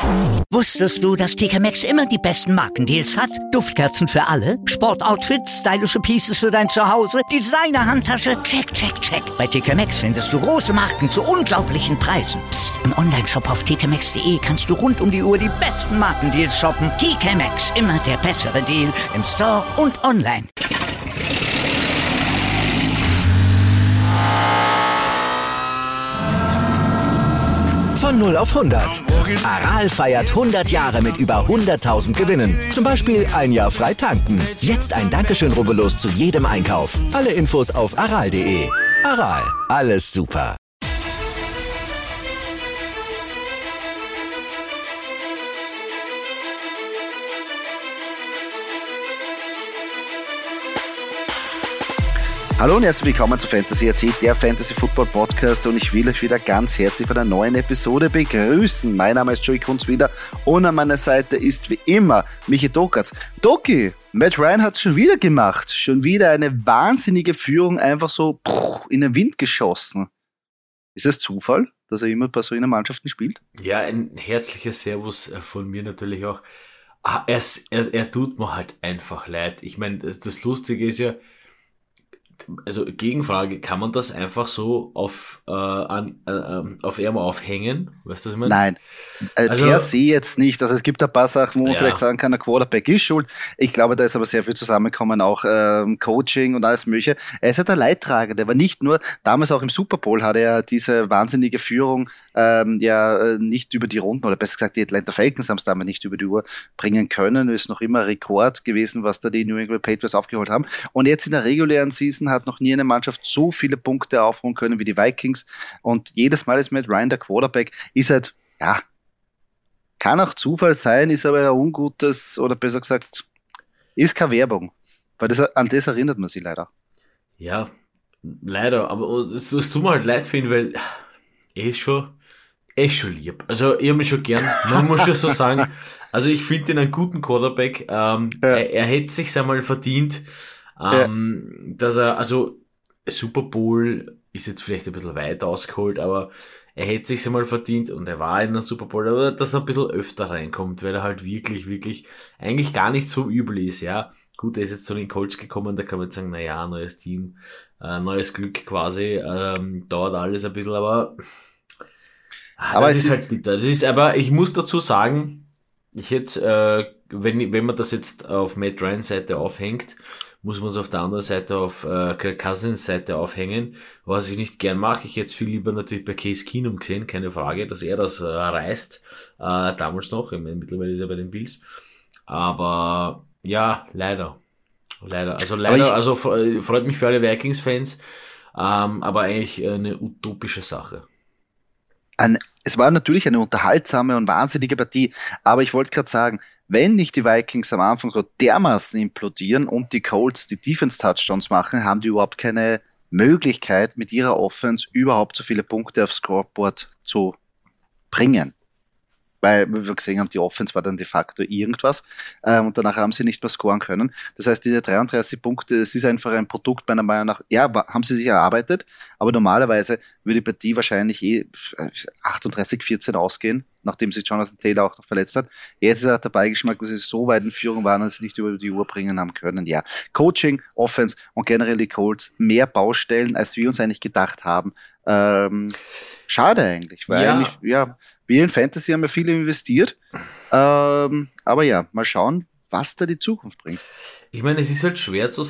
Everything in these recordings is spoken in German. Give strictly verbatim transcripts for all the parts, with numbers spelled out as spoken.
Wusstest du, dass T K Maxx immer die besten Markendeals hat? Duftkerzen für alle, Sportoutfits, stylische Pieces für dein Zuhause, Designer-Handtasche, check, check, check. Bei T K Maxx findest du große Marken zu unglaublichen Preisen. Psst. Im Onlineshop auf t k maxx punkt d e kannst du rund um die Uhr die besten Markendeals shoppen. T K Maxx, immer der bessere Deal im Store und online. Von null auf hundert. Aral feiert hundert Jahre mit über hunderttausend Gewinnen. Zum Beispiel ein Jahr frei tanken. Jetzt ein Dankeschön, rubbellos zu jedem Einkauf. Alle Infos auf aral punkt de. Aral, alles super. Hallo und herzlich willkommen zu Fantasy Punkt a t, der Fantasy Football Podcast, und ich will euch wieder ganz herzlich bei einer neuen Episode begrüßen. Mein Name ist Joey Kunz wieder und an meiner Seite ist wie immer Michi Dokatz. Doki, Matt Ryan hat es schon wieder gemacht. Schon wieder eine wahnsinnige Führung einfach so in den Wind geschossen. Ist das Zufall, dass er immer bei so einer Mannschaft spielt? Ja, ein herzliches Servus von mir natürlich auch. Ah, er, er, er tut mir halt einfach leid. Ich meine, das, das Lustige ist ja, also Gegenfrage, kann man das einfach so auf äh, an, äh, auf Ärmel aufhängen? Weißt du, was ich meine? Nein, äh, also, per se jetzt nicht. Also es gibt ein paar Sachen, wo man ja. vielleicht sagen kann, der Quarterback ist schuld. Ich glaube, da ist aber sehr viel zusammengekommen, auch ähm, Coaching und alles mögliche. Er ist ja der Leidtragende, aber nicht nur, damals auch im Super Bowl hat er diese wahnsinnige Führung ähm, ja nicht über die Runden, oder besser gesagt, die Atlanta Falcons haben es damals nicht über die Uhr bringen können. Ist noch immer Rekord gewesen, was da die New England Patriots aufgeholt haben. Und jetzt in der regulären Season hat noch nie eine Mannschaft so viele Punkte aufholen können wie die Vikings, und jedes Mal ist Matt Ryan der Quarterback, ist halt, ja, kann auch Zufall sein, ist aber ein ungutes, oder besser gesagt, ist keine Werbung, weil das, an das erinnert man sich leider. Ja, leider, aber es tut mir halt leid für ihn, weil er ist schon, er ist schon lieb. Also ich habe mich schon gern, man muss schon so sagen, also ich finde ihn einen guten Quarterback, ähm, ja. er, er hätte sich einmal verdient, Ähm, ja. dass er, also Super Bowl ist jetzt vielleicht ein bisschen weit ausgeholt, aber er hätte sich's einmal verdient, und er war in der Super Bowl, aber dass er ein bisschen öfter reinkommt, weil er halt wirklich, wirklich eigentlich gar nicht so übel ist, ja. Gut, er ist jetzt zu den Colts gekommen, da kann man jetzt sagen, na ja, neues Team, äh, neues Glück quasi, ähm, dauert alles ein bisschen, aber, ah, aber das ist, ist halt bitter. Das ist, aber ich muss dazu sagen, ich hätte, äh, wenn, wenn man das jetzt auf Matt Ryan's Seite aufhängt, muss man es auf der anderen Seite auf äh, Kirk Cousins Seite aufhängen, was ich nicht gern mache. Ich hätte es viel lieber natürlich bei Case Keenum gesehen, keine Frage, dass er das äh, reißt, äh, damals noch, ich meine, mittlerweile ist er bei den Bills, aber ja, leider, leider, also leider, ich, also freut mich für alle Vikings-Fans, ähm, aber eigentlich eine utopische Sache. Ein, es war natürlich eine unterhaltsame und wahnsinnige Partie, aber ich wollte gerade sagen, wenn nicht die Vikings am Anfang so dermaßen implodieren und die Colts die Defense-Touchdowns machen, haben die überhaupt keine Möglichkeit, mit ihrer Offense überhaupt so viele Punkte aufs Scoreboard zu bringen. Weil wir gesehen haben, die Offense war dann de facto irgendwas, ähm, und danach haben sie nicht mehr scoren können. Das heißt, diese dreiunddreißig Punkte, das ist einfach ein Produkt meiner Meinung nach, ja, haben sie sich erarbeitet, aber normalerweise würde die Partie wahrscheinlich eh achtunddreißig vierzehn ausgehen, nachdem sich Jonathan Taylor auch noch verletzt hat. Jetzt ist er der Beigeschmack, dass sie so weit in Führung waren, dass sie nicht über die Uhr bringen haben können. Ja, Coaching, Offense und generell die Colts, mehr Baustellen, als wir uns eigentlich gedacht haben. Ähm, schade eigentlich, weil ja. eigentlich, ja, wir in Fantasy haben ja viel investiert, ähm, aber ja, mal schauen, was da die Zukunft bringt. Ich meine, es ist halt schwer zu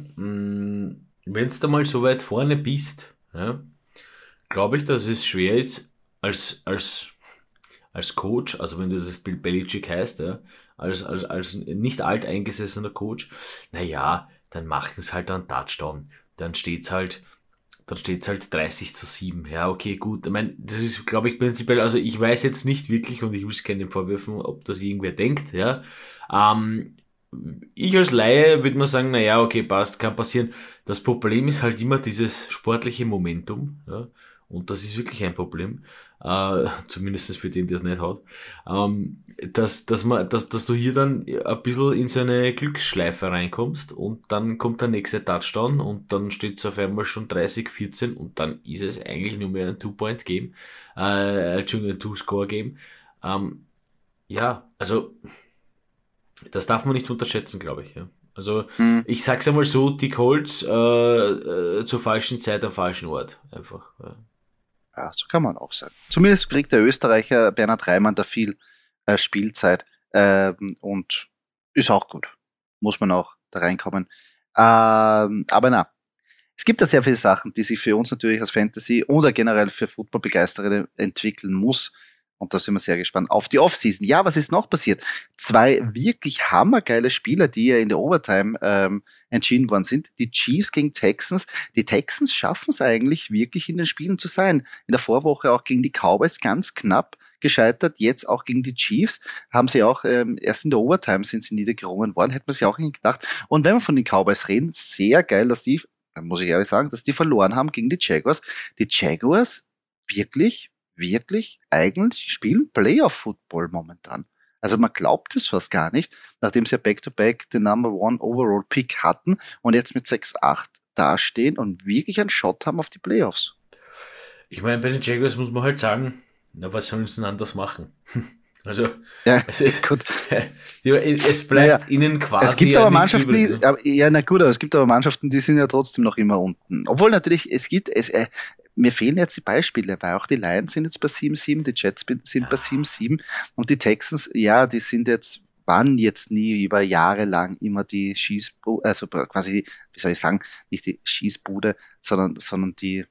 sagen, wenn du da mal so weit vorne bist, ja, glaube ich, dass es schwer ist, als, als, als Coach, also wenn du das Bill Belichick heißt, ja, als, als, als nicht alteingesessener Coach, naja, dann macht es halt einen Touchdown, dann steht's halt dann steht es halt dreißig zu sieben. Ja, okay, gut. Ich meine, das ist, glaube ich, prinzipiell, also ich weiß jetzt nicht wirklich, und ich will es keinem vorwerfen, ob das irgendwer denkt, ja. Ähm, ich als Laie würde mal sagen, naja, okay, passt, kann passieren. Das Problem ist halt immer dieses sportliche Momentum, ja. Und das ist wirklich ein Problem, äh, zumindest für den, der es nicht hat, ähm, dass, dass, man, dass, dass du hier dann ein bisschen in so eine Glücksschleife reinkommst, und dann kommt der nächste Touchdown und dann steht es auf einmal schon dreißig vierzehn, und dann ist es eigentlich nur mehr ein Two-Point-Game, äh, Entschuldigung, ein Two-Score-Game. Ähm, Ja, also das darf man nicht unterschätzen, glaube ich. Ja. Also hm. ich sag's einmal so, die Colts äh, äh, zur falschen Zeit am falschen Ort. Einfach. Ja. Ja, so kann man auch sagen. Zumindest kriegt der Österreicher Bernhard Reimann da viel äh, Spielzeit ähm, und ist auch gut. Muss man auch da reinkommen. Ähm, aber na, es gibt da sehr viele Sachen, die sich für uns natürlich als Fantasy oder generell für Football-Begeisterte entwickeln muss. Und da sind wir sehr gespannt auf die Offseason. Ja, was ist noch passiert? Zwei wirklich hammergeile Spieler, die ja in der Overtime ähm, entschieden worden sind. Die Chiefs gegen Texans. Die Texans schaffen es eigentlich, wirklich in den Spielen zu sein. In der Vorwoche auch gegen die Cowboys ganz knapp gescheitert. Jetzt auch gegen die Chiefs haben sie auch, ähm, erst in der Overtime sind sie niedergerungen worden. Hätte man sich auch nicht gedacht. Und wenn wir von den Cowboys reden, sehr geil, dass die, muss ich ehrlich sagen, dass die verloren haben gegen die Jaguars. Die Jaguars wirklich wirklich eigentlich spielen Playoff-Football momentan. Also man glaubt es fast gar nicht, nachdem sie ja Back-to-Back den Number One Overall Pick hatten und jetzt mit sechs acht dastehen und wirklich einen Shot haben auf die Playoffs. Ich meine, bei den Jaguars muss man halt sagen, na, was sollen sie denn anders machen? Also, ja, also gut. Es bleibt naja, ihnen quasi. Es gibt aber Mannschaften, übrig, die, ne? ja, na gut, aber es gibt aber Mannschaften, die sind ja trotzdem noch immer unten. Obwohl natürlich, es gibt, es, äh, mir fehlen jetzt die Beispiele, weil auch die Lions sind jetzt bei sieben sieben, die Jets sind ja. bei sieben sieben und die Texans, ja, die sind jetzt, waren jetzt nie über Jahre lang immer die Schießbude, also quasi, wie soll ich sagen, nicht die Schießbude, sondern, sondern die,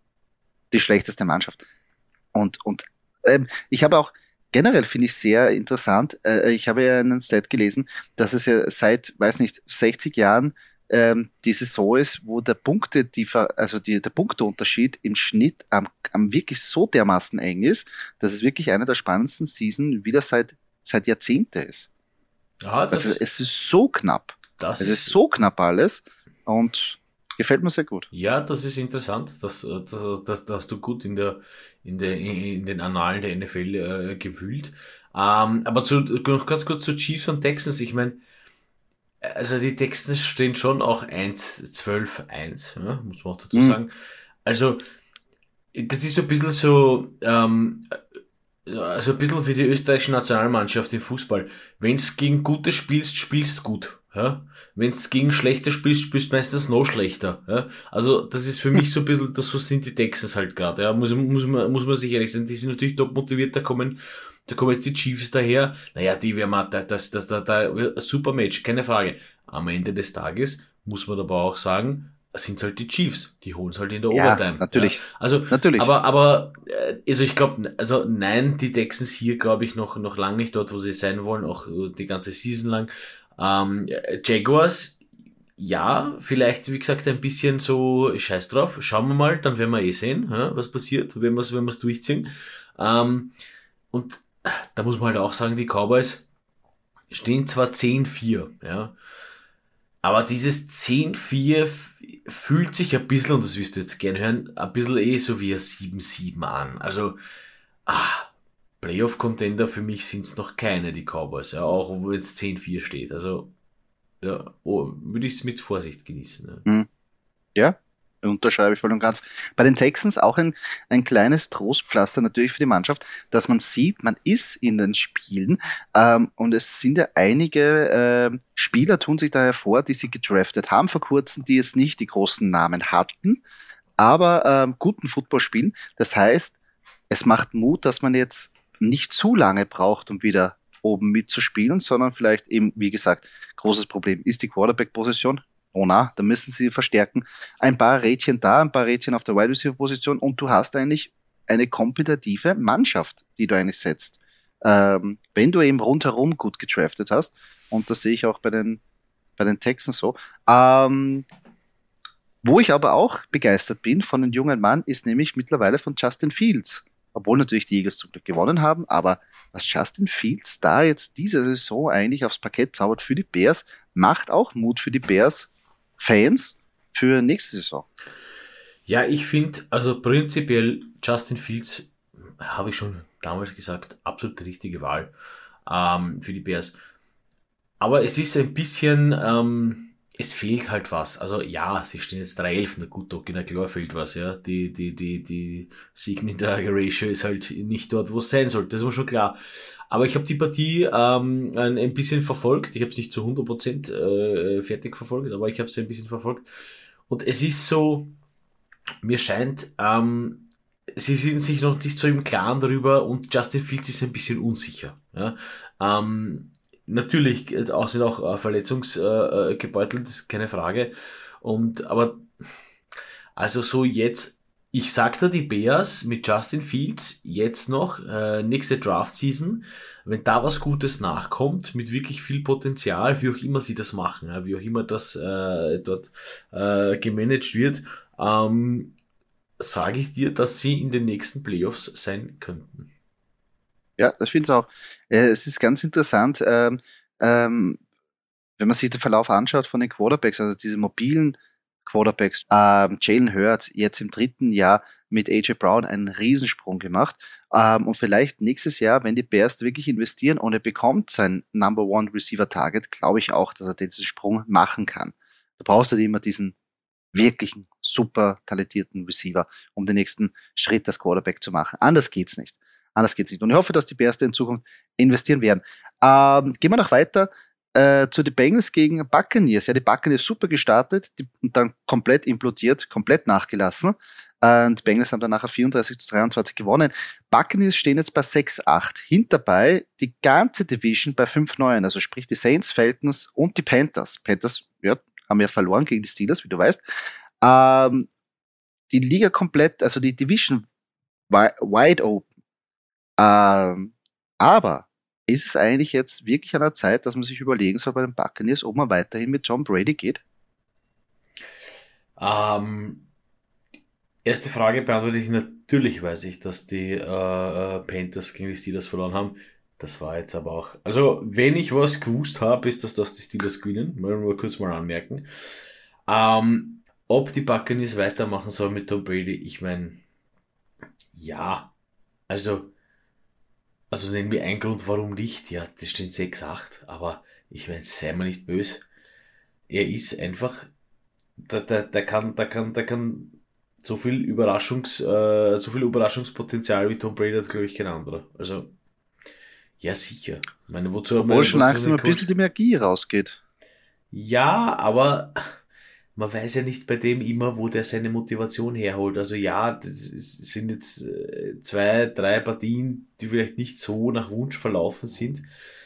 die schlechteste Mannschaft. Und, und ähm, ich habe auch, generell finde ich sehr interessant, äh, ich habe ja einen Stat gelesen, dass es ja seit, weiß nicht, sechzig Jahren ähm, die Saison ist, wo der Punkte, die, also die, der Punkteunterschied im Schnitt am, am wirklich so dermaßen eng ist, dass es wirklich eine der spannendsten Season wieder seit, seit Jahrzehnte ist. Ja, das also es ist so knapp. Das es ist so knapp alles und gefällt mir sehr gut. Ja, das ist interessant. Das, das, das, das hast du gut in der, in der, in den Annalen der N F L äh, gewühlt. Ähm, aber zu, noch ganz kurz zu Chiefs und Texans. Ich meine, also die Texans stehen schon auch eins zwölf eins, ja, muss man auch dazu sagen. Mhm. Also, das ist so ein bisschen so, ähm, also ein bisschen wie die österreichische Nationalmannschaft im Fußball. Wenn's gegen Gute spielst, spielst gut. Ja? Wenn's gegen Schlechte spielst, spielst meistens noch schlechter. Ja? Also das ist für mich so ein bisschen, das so sind die Texans halt gerade. Ja? Muss, muss, man, muss man sich ehrlich sein, die sind natürlich top motiviert, da kommen, da kommen jetzt die Chiefs daher. Naja, die werden mal, das, das, das, das, das, super Match, keine Frage. Am Ende des Tages muss man aber auch sagen, sind halt die Chiefs, die holen es halt in der ja, Overtime. Natürlich. Ja, also, natürlich. aber, aber, also ich glaube, also nein, die Texans hier, glaube ich, noch, noch lange nicht dort, wo sie sein wollen, auch die ganze Season lang. Ähm, Jaguars, ja, vielleicht, wie gesagt, ein bisschen so, scheiß drauf, schauen wir mal, dann werden wir eh sehen, ja, was passiert, wenn wir es wenn wir's durchziehen. Ähm, und da muss man halt auch sagen, die Cowboys stehen zwar zehn vier, ja, aber dieses zehn vier f- fühlt sich ein bisschen, und das wirst du jetzt gerne hören, ein bisschen eh so wie ein sieben sieben an. Also, ah, Playoff-Contender für mich sind es noch keine, die Cowboys, ja, auch wo jetzt zehn vier steht. Also, ja, oh, würde ich es mit Vorsicht genießen. Ja. ja, unterschreibe ich voll und ganz. Bei den Texans auch ein, ein kleines Trostpflaster natürlich für die Mannschaft, dass man sieht, man ist in den Spielen ähm, und es sind ja einige äh, Spieler tun sich da hervor, die sie gedraftet haben vor kurzem, die jetzt nicht die großen Namen hatten, aber ähm, guten Football spielen. Das heißt, es macht Mut, dass man jetzt nicht zu lange braucht, um wieder oben mitzuspielen, sondern vielleicht eben, wie gesagt, großes Problem ist die Quarterback-Position. Oh na, da müssen sie verstärken. Ein paar Rädchen da, ein paar Rädchen auf der Wide Receiver Position und du hast eigentlich eine kompetitive Mannschaft, die du eigentlich setzt. Ähm, wenn du eben rundherum gut gedraftet hast, und das sehe ich auch bei den, bei den Texans so. Ähm, wo ich aber auch begeistert bin von den jungen Mann, ist nämlich mittlerweile von Justin Fields. Obwohl natürlich die Eagles zum Glück gewonnen haben, aber was Justin Fields da jetzt diese Saison eigentlich aufs Parkett zaubert für die Bears, macht auch Mut für die Bears-Fans für nächste Saison. Ja, ich finde, also prinzipiell Justin Fields, habe ich schon damals gesagt, absolut richtige Wahl ähm, für die Bears. Aber es ist ein bisschen, ähm, es fehlt halt was. Also ja, sie stehen jetzt drei elf, na gut, da in klar fehlt was, ja. Die, die, die, die Sieg-Niederlage-Ratio ist halt nicht dort, wo es sein sollte, das war schon klar. Aber ich habe die Partie ähm, ein, ein bisschen verfolgt. Ich habe es nicht zu hundert Prozent äh, fertig verfolgt, aber ich habe es ein bisschen verfolgt. Und es ist so, mir scheint, ähm, sie sind sich noch nicht so im Klaren darüber und Justin Fields ist ein bisschen unsicher. Ja? Ähm, natürlich äh, auch sind auch äh, verletzungsgebeutelt, das ist keine Frage. Und aber also so jetzt, ich sag da die Bears mit Justin Fields jetzt noch, äh, nächste Draft-Season, wenn da was Gutes nachkommt, mit wirklich viel Potenzial, wie auch immer sie das machen, ja, wie auch immer das äh, dort äh, gemanagt wird, ähm, sage ich dir, dass sie in den nächsten Playoffs sein könnten. Ja, das finde ich auch. Äh, es ist ganz interessant, ähm, ähm, wenn man sich den Verlauf anschaut von den Quarterbacks, also diese mobilen Quarterbacks, ähm, Jalen Hurts jetzt im dritten Jahr mit A J Brown einen Riesensprung gemacht. Ähm, und vielleicht nächstes Jahr, wenn die Bears wirklich investieren und er bekommt sein Number One Receiver Target, glaube ich auch, dass er diesen Sprung machen kann. Du brauchst halt immer diesen wirklichen, super talentierten Receiver, um den nächsten Schritt als Quarterback zu machen. Anders geht's nicht. Anders geht's nicht. Und ich hoffe, dass die Bears da in Zukunft investieren werden. Ähm, gehen wir noch weiter. Äh, zu den Bengals gegen Buccaneers. Ja, die Buccaneers super gestartet die, und dann komplett implodiert, komplett nachgelassen. Äh, die Bengals haben dann nachher vierunddreißig zu dreiundzwanzig gewonnen. Buccaneers stehen jetzt bei sechs acht. Hinterbei die ganze Division bei fünf neun. Also sprich die Saints, Falcons und die Panthers. Panthers, ja, haben ja verloren gegen die Steelers, wie du weißt. Ähm, die Liga komplett, also die Division wi- wide open. Ähm, aber ist es eigentlich jetzt wirklich an der Zeit, dass man sich überlegen soll bei den Buccaneers, ob man weiterhin mit Tom Brady geht? Ähm, erste Frage beantworte ich, natürlich weiß ich, dass die äh, Panthers gegen die Steelers verloren haben. Das war jetzt aber auch, also wenn ich was gewusst habe, ist das, dass die Steelers gewinnen. Wollen wir kurz mal anmerken. Ähm, ob die Buccaneers weitermachen sollen mit Tom Brady, ich meine, ja, also Also nennen wir einen Grund, warum nicht. Ja, das stehen sechs acht, aber ich meine, sei mal nicht böse. Er ist einfach, der, der, der kann, der kann, der kann so viel Überraschungs, äh, so viel Überraschungspotenzial wie Tom Brady hat, glaube ich, kein anderer. Also, ja, sicher. Ich meine, wozu Obwohl schon langsam ein bisschen die Magie rausgeht. Ja, aber man weiß ja nicht bei dem immer, wo der seine Motivation herholt. Also ja, das sind jetzt zwei, drei Partien, die vielleicht nicht so nach Wunsch verlaufen sind.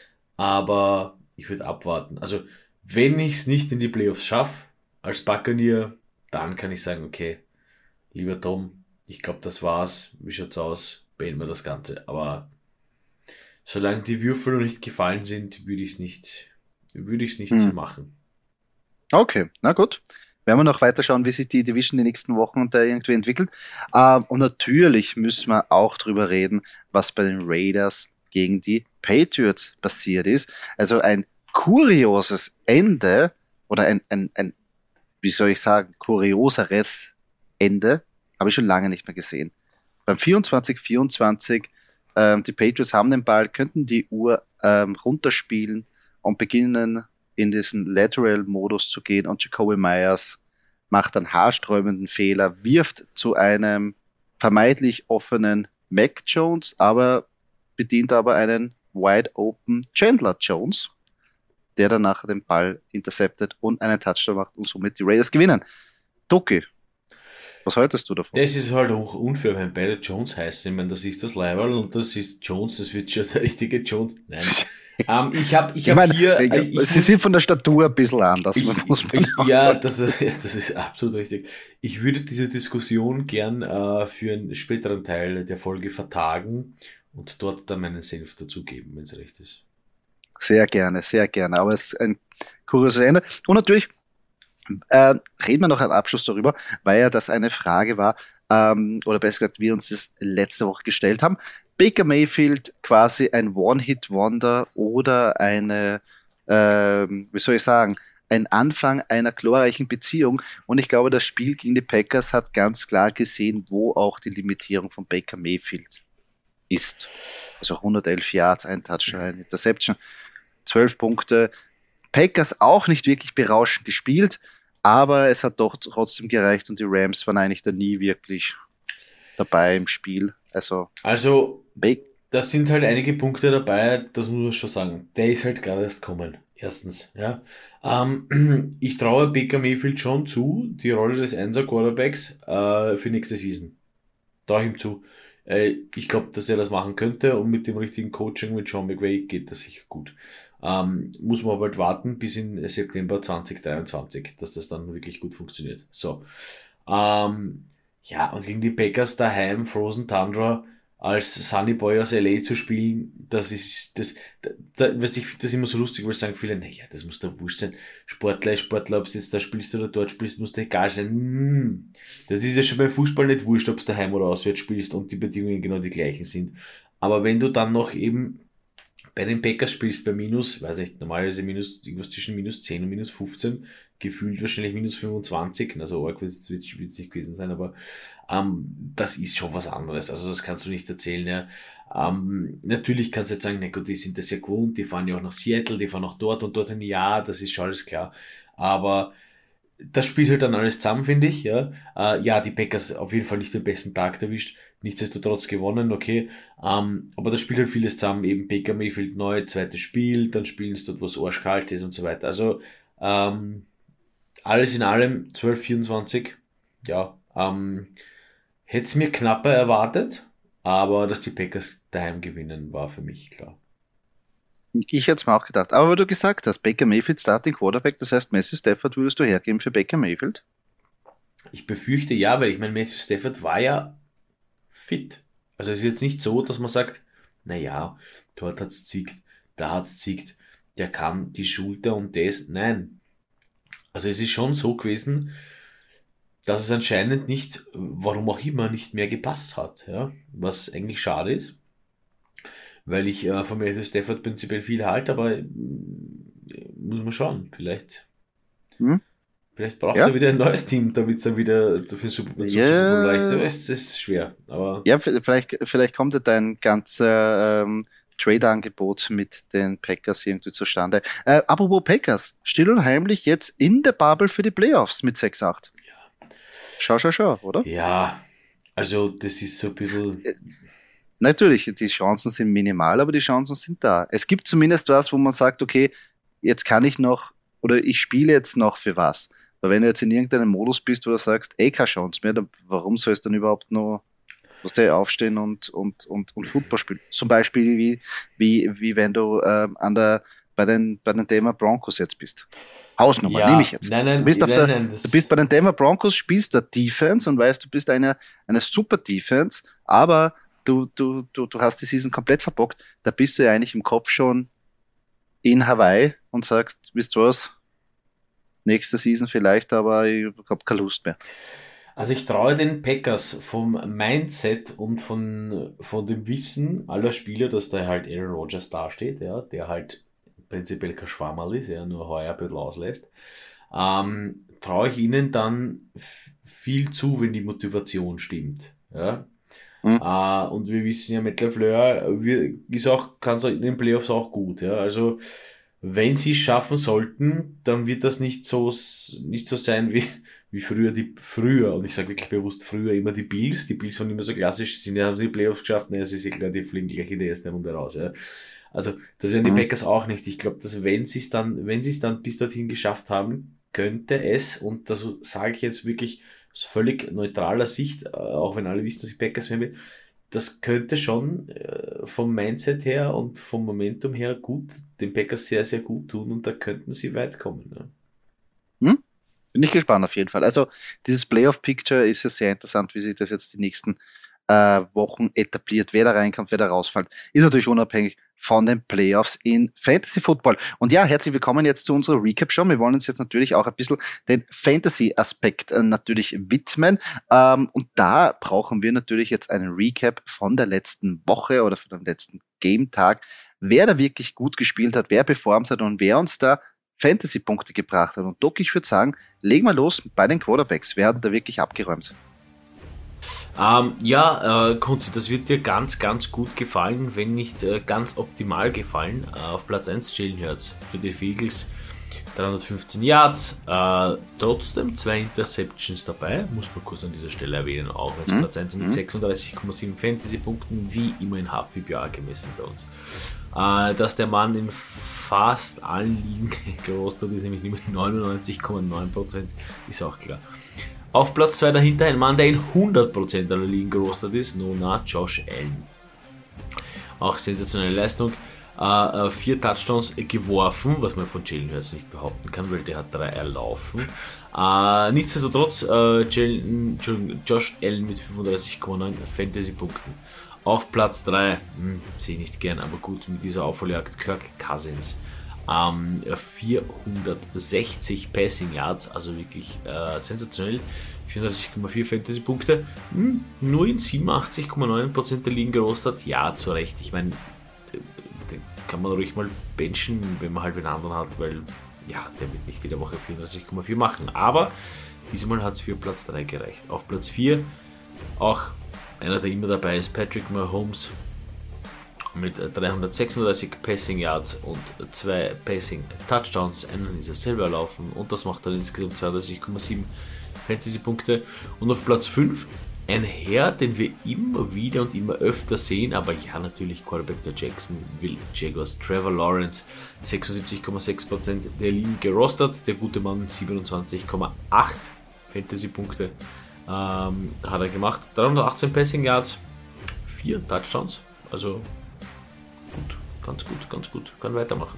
Aber ich würde abwarten. Also wenn ich es nicht in die Playoffs schaffe, als Buccaneer, dann kann ich sagen, okay, lieber Tom, ich glaube, das war's. Wie schaut's aus? Beenden wir das Ganze. Aber solange die Würfel noch nicht gefallen sind, würde ich es nicht, würde ich es nicht hm. so machen. Okay, na gut. Werden wir noch weiter schauen, wie sich die Division die nächsten Wochen da irgendwie entwickelt. Ähm, und natürlich müssen wir auch drüber reden, was bei den Raiders gegen die Patriots passiert ist. Also ein kurioses Ende oder ein, ein, ein wie soll ich sagen, kurioseres Ende habe ich schon lange nicht mehr gesehen. Beim vierundzwanzig vierundzwanzig, ähm, die Patriots haben den Ball, könnten die Uhr ähm, runterspielen und beginnen in diesen Lateral-Modus zu gehen und Jacoby Myers macht einen haarsträubenden Fehler, wirft zu einem vermeintlich offenen Mac Jones, aber bedient aber einen wide-open Chandler Jones, der dann nachher den Ball interceptet und einen Touchdown macht und somit die Raiders gewinnen. Doki, was haltest du davon? Das ist halt auch unfair, wenn beide Jones heißen. Ich meine, das ist das Leiberl und das ist Jones, das wird schon der richtige Jones. Nein. Um, ich habe ich ich hab mein, hier... Ich, ich, sie sind von der Statur ein bisschen anders. Ich, muss man ich, ja, das ist, das ist absolut richtig. Ich würde diese Diskussion gern äh, für einen späteren Teil der Folge vertagen und dort dann meinen Senf dazugeben, wenn es recht ist. Sehr gerne, sehr gerne. Aber es ist ein kurioses Ende. Und natürlich äh, reden wir noch einen Abschluss darüber, weil ja das eine Frage war, ähm, oder besser gesagt, wir uns das letzte Woche gestellt haben. Baker Mayfield quasi ein One-Hit-Wonder oder eine, ähm, wie soll ich sagen, ein Anfang einer glorreichen Beziehung. Und ich glaube, das Spiel gegen die Packers hat ganz klar gesehen, wo auch die Limitierung von Baker Mayfield ist. Also hundertelf Yards, ein Touchdown, ein Interception, zwölf Punkte. Packers auch nicht wirklich berauschend gespielt, aber es hat doch trotzdem gereicht und die Rams waren eigentlich da nie wirklich dabei im Spiel. Also, also das sind halt einige Punkte dabei, das muss man schon sagen. Der ist halt gerade erst kommen. Erstens, ja. Ähm, ich traue Baker Mayfield schon zu, die Rolle des Einser-Quarterbacks äh, für nächste Season. Traue ihm zu. Äh, ich glaube, dass er das machen könnte und mit dem richtigen Coaching mit Sean McVay geht das sicher gut. Ähm, muss man aber halt warten bis in September zwanzig dreiundzwanzig, dass das dann wirklich gut funktioniert. So. Ähm, ja, und gegen die Packers daheim, Frozen Tundra, als Sunny Boy aus L A zu spielen, das ist, das, da, da, weißt du, ich finde das immer so lustig, weil sagen viele, naja, das muss doch wurscht sein. Sportler, Sportler, ob du jetzt da spielst oder dort spielst, muss doch egal sein. Hm, das ist ja schon beim Fußball nicht wurscht, ob du daheim oder auswärts spielst und die Bedingungen genau die gleichen sind. Aber wenn du dann noch eben bei den Packers spielst bei minus, weiß nicht, normalerweise minus, irgendwas zwischen minus zehn und minus fünfzehn, gefühlt wahrscheinlich minus fünfundzwanzig, also arg wird es nicht gewesen sein, aber ähm, das ist schon was anderes, also das kannst du nicht erzählen, ja. Ähm, natürlich kannst du jetzt sagen, na gut, die sind das ja gewohnt, die fahren ja auch nach Seattle, die fahren auch dort und dort, ja, das ist schon alles klar, aber das spielt halt dann alles zusammen, finde ich, ja. Äh, ja, die Packers auf jeden Fall nicht den besten Tag erwischt, nichtsdestotrotz gewonnen, okay, ähm, aber das spielt halt vieles zusammen, eben Baker Mayfield neu, zweites Spiel, dann spielen sie dort was arschkalt ist und so weiter, also ähm, alles in allem zwölf vierundzwanzig, ja, ähm, hätte es mir knapper erwartet, aber dass die Packers daheim gewinnen, war für mich klar. Ich hätte es mir auch gedacht. Aber weil du gesagt hast, Baker Mayfield Starting Quarterback, das heißt Matthew Stafford würdest du hergeben für Baker Mayfield? Ich befürchte ja, weil ich meine, Matthew Stafford war ja fit. Also es ist jetzt nicht so, dass man sagt, naja, dort hat's zwickt, da hat's zwickt, der kann die Schulter und das, nein. Also es ist schon so gewesen, dass es anscheinend nicht, warum auch immer, nicht mehr gepasst hat, ja, was eigentlich schade ist, weil ich äh, von Matthew Stafford prinzipiell viel halte, aber äh, muss man schauen, vielleicht hm? vielleicht braucht ja. er wieder ein neues Team, damit es dann wieder für Super Bowl yeah. reicht, das ist schwer, aber... Ja, vielleicht, vielleicht kommt ja dein ganzer ähm, Trade-Angebot mit den Packers irgendwie zustande. Äh, apropos Packers, still und heimlich jetzt in der Bubble für die Playoffs mit sechs acht. Ja. Schau, schau, schau, oder? Ja, also das ist so ein bisschen... Äh, natürlich, die Chancen sind minimal, aber die Chancen sind da. Es gibt zumindest was, wo man sagt, okay, jetzt kann ich noch, oder ich spiele jetzt noch für was. Weil wenn du jetzt in irgendeinem Modus bist, wo du sagst, ey, keine Chance mehr, dann warum soll es dann überhaupt noch was der aufstehen und, und, und, und Football spielen. Zum Beispiel wie, wie, wie wenn du ähm, an der, bei den, bei den Denver Broncos jetzt bist. Hausnummer, ja, nehme ich jetzt. Nein, nein, du, bist nein, der, nein, du bist bei den Denver Broncos, spielst der Defense und weißt, du bist eine, eine super Defense, aber du, du, du, du hast die Season komplett verbockt. Da bist du ja eigentlich im Kopf schon in Hawaii und sagst, wisst ihr was, nächste Season vielleicht, aber ich habe keine Lust mehr. Also ich traue den Packers vom Mindset und von, von dem Wissen aller Spieler, dass da halt Aaron Rodgers dasteht, ja, der halt prinzipiell kein Schwammerl ist, ja, nur heuer ein bisschen auslässt, ähm, traue ich ihnen dann f- viel zu, wenn die Motivation stimmt. Ja. Mhm. Äh, und wir wissen ja, Matt LaFleur ist auch, kann es in den Playoffs auch gut. Ja. Also wenn sie es schaffen sollten, dann wird das nicht so, nicht so sein wie wie früher die, früher, und ich sage wirklich bewusst früher, immer die Bills, die Bills waren immer so klassisch, sind ja, haben sie die Playoffs geschafft, naja, sie sind klar, die fliegen gleich in der ersten Runde raus, ja. Also, das werden die mhm. Packers auch nicht. Ich glaube, dass wenn sie es dann, wenn sie es dann bis dorthin geschafft haben, könnte es, und das sage ich jetzt wirklich aus völlig neutraler Sicht, auch wenn alle wissen, dass ich Packers Fan bin, das könnte schon äh, vom Mindset her und vom Momentum her gut, den Packers sehr, sehr gut tun, und da könnten sie weit kommen, ja. Hm? Bin ich gespannt auf jeden Fall. Also dieses Playoff-Picture ist ja sehr interessant, wie sich das jetzt die nächsten äh, Wochen etabliert. Wer da reinkommt, wer da rausfällt, ist natürlich unabhängig von den Playoffs in Fantasy Football. Und ja, herzlich willkommen jetzt zu unserer Recap-Show. Wir wollen uns jetzt natürlich auch ein bisschen den Fantasy-Aspekt äh, natürlich widmen. Ähm, und da brauchen wir natürlich jetzt einen Recap von der letzten Woche oder von dem letzten Game-Tag. Wer da wirklich gut gespielt hat, wer performt hat und wer uns da Fantasy-Punkte gebracht hat. Und Doc, ich würde sagen, legen wir los bei den Quarterbacks. Wer hat da wirklich abgeräumt? Ähm, ja, äh, Kunzi, das wird dir ganz, ganz gut gefallen, wenn nicht äh, ganz optimal gefallen. Äh, auf Platz eins Jalen Hurts für die Eagles. dreihundertfünfzehn Yards, äh, trotzdem zwei Interceptions dabei, muss man kurz an dieser Stelle erwähnen, auch als mhm. Platz eins mit sechsunddreißig Komma sieben Fantasy-Punkten, wie immer in H P P A gemessen bei uns. Äh, dass der Mann in fast allen Ligen gerostet ist, nämlich mit neunundneunzig Komma neun Prozent, ist auch klar. Auf Platz zwei dahinter ein Mann, der in hundert Prozent aller Ligen gerostet ist, Nona Josh Allen. Auch sensationelle Leistung. Uh, uh, vier Touchdowns geworfen, was man von Jalen Hurts nicht behaupten kann, weil der hat drei erlaufen. Uh, nichtsdestotrotz, uh, Jalen, Josh Allen mit fünfunddreißig Komma neun Fantasy-Punkten. Auf Platz drei, hm, sehe ich nicht gern, aber gut, mit dieser Aufholjagd Kirk Cousins. Um, vierhundertsechzig Passing Yards, also wirklich uh, sensationell. vierunddreißig Komma vier Fantasy-Punkte. Hm, nur in siebenundachtzig Komma neun Prozent der Ligen gerostet. Ja, zu Recht. Ich meine, kann man ruhig mal benchen, wenn man halt einen anderen hat, weil ja, der wird nicht jede Woche vierunddreißig Komma vier machen, aber diesmal hat es für Platz drei gereicht. Auf Platz vier auch einer, der immer dabei ist, Patrick Mahomes mit dreihundertsechsunddreißig Passing Yards und zwei Passing Touchdowns, einen ist er selber erlaufen und das macht dann insgesamt zweiunddreißig Komma sieben Fantasy Punkte. Und auf Platz fünf ein Herr, den wir immer wieder und immer öfter sehen, aber ja, natürlich Quarterback der Jacksonville Jaguars, Trevor Lawrence, sechsundsiebzig Komma sechs Prozent der Ligen gerostet, der gute Mann siebenundzwanzig Komma acht Fantasy-Punkte ähm, hat er gemacht, dreihundertachtzehn Passing Yards, vier Touchdowns, also gut, ganz gut, ganz gut, kann weitermachen.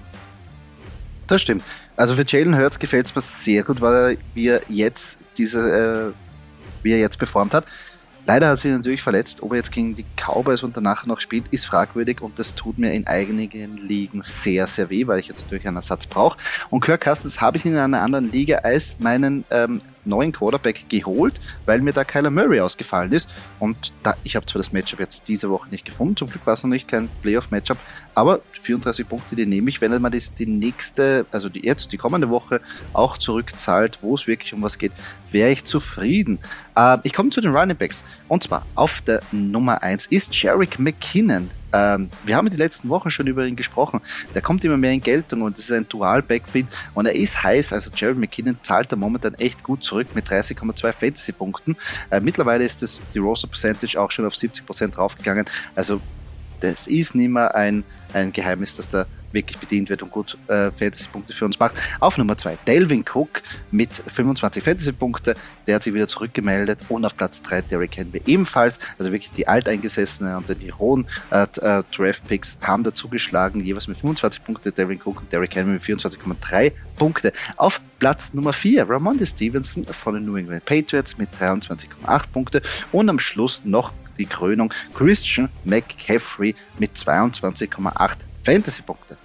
Das stimmt. Also für Jalen Hurts gefällt es mir sehr gut, weil er jetzt diese, äh, wie er jetzt performt hat. Leider hat er sich natürlich verletzt. Ob er jetzt gegen die Cowboys und danach noch spielt, ist fragwürdig und das tut mir in einigen Ligen sehr, sehr weh, weil ich jetzt natürlich einen Ersatz brauche. Und Kirk Cousins habe ich in einer anderen Liga als meinen ähm, neuen Quarterback geholt, weil mir da Kyler Murray ausgefallen ist. Und da, ich habe zwar das Matchup jetzt diese Woche nicht gefunden, zum Glück war es noch nicht kein Playoff-Matchup, aber vierunddreißig Punkte, die nehme ich, wenn er mal das die nächste, also die jetzt, die kommende Woche auch zurückzahlt, wo es wirklich um was geht, wäre ich zufrieden. Äh, ich komme zu den Running Backs. Und zwar auf der Nummer eins ist Jerick McKinnon. Ähm, wir haben in den letzten Wochen schon über ihn gesprochen. Der kommt immer mehr in Geltung und es ist ein Dual-Backfield und er ist heiß. Also Jerick McKinnon zahlt da momentan echt gut zurück mit dreißig Komma zwei Fantasy-Punkten. Äh, mittlerweile ist das, die Roster-Percentage auch schon auf siebzig Prozent draufgegangen. Also das ist nicht mehr ein, ein Geheimnis, dass da wirklich bedient wird und gut äh, Fantasy-Punkte für uns macht. Auf Nummer zwei Dalvin Cook mit fünfundzwanzig Fantasy-Punkte, der hat sich wieder zurückgemeldet und auf Platz drei Derrick Henry ebenfalls, also wirklich die Alteingesessenen und die hohen äh, äh, Draft-Picks haben dazu geschlagen, jeweils mit fünfundzwanzig Punkte, Dalvin Cook und Derrick Henry mit vierundzwanzig Komma drei Punkte. Auf Platz Nummer vier Ramondre Stevenson von den New England Patriots mit dreiundzwanzig Komma acht Punkte und am Schluss noch die Krönung Christian McCaffrey mit zweiundzwanzig Komma acht Fantasy-Punkte.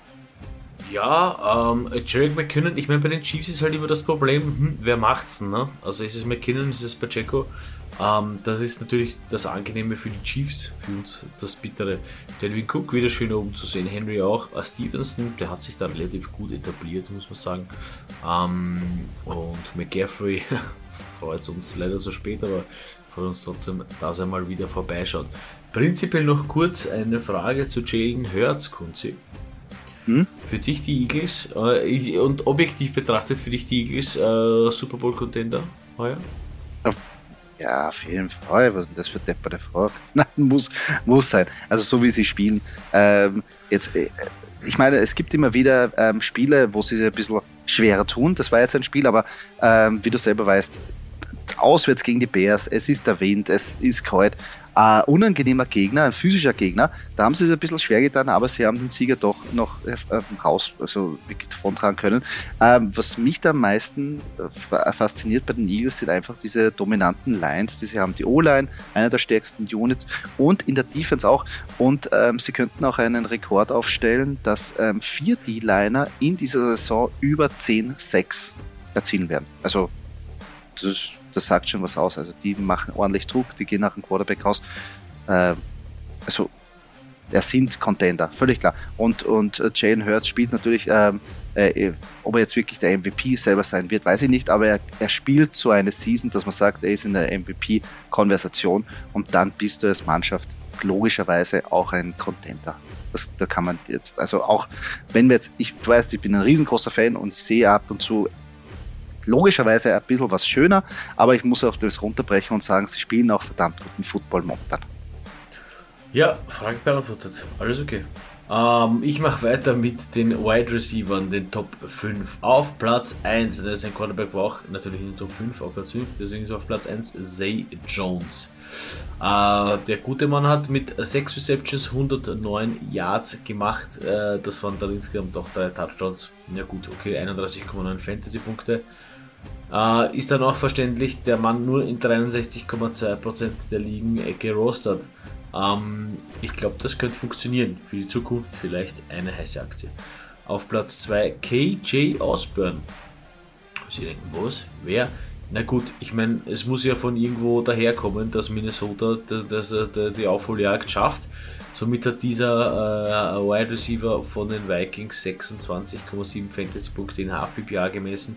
Ja, ähm, Jerick McKinnon, ich meine, bei den Chiefs ist halt immer das Problem, hm, wer macht's denn, ne? Also ist es McKinnon, ist es Pacheco? Ähm, das ist natürlich das Angenehme für die Chiefs, für uns das Bittere. Dalvin Cook wieder schön oben zu sehen, Henry auch, uh, Stevenson, der hat sich da relativ gut etabliert, muss man sagen. Ähm, und McCaffrey freut uns leider so spät, aber freut uns trotzdem, dass er mal wieder vorbeischaut. Prinzipiell noch kurz eine Frage zu Jalen Hurts, Kunzi. Hm? Für dich die Eagles äh, und objektiv betrachtet für dich die Eagles äh, Super Bowl Contender heuer? Ja, auf jeden Fall. Was ist denn das für depperte Frage? Nein, muss, muss sein. Also so wie sie spielen. Ähm, jetzt, äh, ich meine, es gibt immer wieder ähm, Spiele, wo sie sich ein bisschen schwerer tun. Das war jetzt ein Spiel, aber ähm, wie du selber weißt, auswärts gegen die Bears, es ist der Wind, es ist kalt. Ein unangenehmer Gegner, ein physischer Gegner, da haben sie es ein bisschen schwer getan, aber sie haben den Sieger doch noch äh, raus, also wirklich davontragen können. Ähm, was mich da am meisten äh, fasziniert bei den Eagles sind einfach diese dominanten Lines, die sie haben. Die O-Line, einer der stärksten Units und in der Defense auch. Und ähm, sie könnten auch einen Rekord aufstellen, dass ähm, vier D-Liner in dieser Saison über zehn Sacks erzielen werden. Also das, das sagt schon was aus. Also die machen ordentlich Druck, die gehen nach dem Quarterback raus. Ähm, also er sind Contender, völlig klar. Und, und Jalen Hurts spielt natürlich, ähm, äh, ob er jetzt wirklich der M V P selber sein wird, weiß ich nicht, aber er, er spielt so eine Season, dass man sagt, er ist in der M V P-Konversation und dann bist du als Mannschaft logischerweise auch ein Contender. Das, da kann man, also auch wenn wir jetzt, ich weiß, ich bin ein riesengroßer Fan und ich sehe ab und zu logischerweise ein bisschen was schöner, aber ich muss auch das runterbrechen und sagen, sie spielen auch verdammt guten Football momentan. Ja, Frage beantwortet. Alles okay. Ähm, ich mache weiter mit den Wide Receivern, den Top fünf. Auf Platz eins, das ist ein Quarterback, war auch natürlich in den Top fünf, auf Platz fünf, deswegen ist auf Platz eins Zay Jones. Äh, der gute Mann hat mit sechs Receptions hundertneun Yards gemacht. Äh, das waren dann insgesamt doch drei Touchdowns. Ja gut, okay, einunddreißig Komma neun Fantasy-Punkte. Äh, ist dann auch verständlich, der Mann nur in dreiundsechzig Komma zwei Prozent der Ligen äh, gerostet. Ähm, ich glaube, das könnte funktionieren. Für die Zukunft vielleicht eine heiße Aktie. Auf Platz zwei K J Osborne. Sie denken, was? Wer? Na gut, ich meine, es muss ja von irgendwo daherkommen, dass Minnesota das, das, das, die Aufholjagd schafft. Somit hat dieser äh, Wide Receiver von den Vikings sechsundzwanzig Komma sieben Fantasy-Punkte in H P P A gemessen.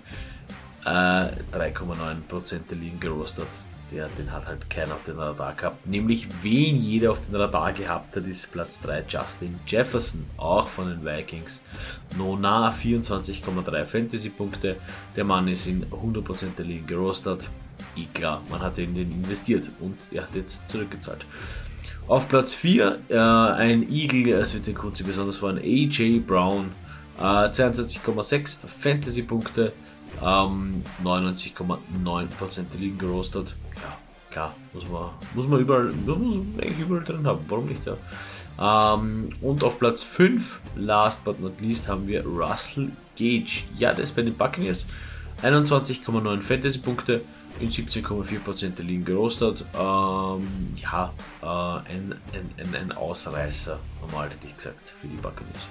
Äh, drei Komma neun Prozent der Ligen gerostet. Der, den hat halt keiner auf den Radar gehabt. Nämlich wen jeder auf den Radar gehabt hat, ist Platz drei Justin Jefferson, auch von den Vikings. Nona vierundzwanzig Komma drei Fantasy-Punkte. Der Mann ist in hundert Prozent der Ligen gerostet. Eh klar, man hat in den investiert und er hat jetzt zurückgezahlt. Auf Platz vier äh, ein Eagle, es wird den kurz besonders waren, A J Brown. Äh, zweiundzwanzig Komma sechs Fantasy-Punkte. Ähm, neunundneunzig Komma neun Prozent der Ligen gerostet. Ja, klar, muss man, muss man überall, muss man eigentlich überall drin haben, warum nicht, ja. Ähm, und auf Platz fünf, last but not least, haben wir Russell Gage. Ja, der ist bei den Buccaneers. einundzwanzig Komma neun Fantasy-Punkte, in siebzehn Komma vier Prozent der Ligen gerostet. Ähm, ja, äh, ein, ein, ein, ein Ausreißer, normal hätte ich gesagt, für die Buccaneers.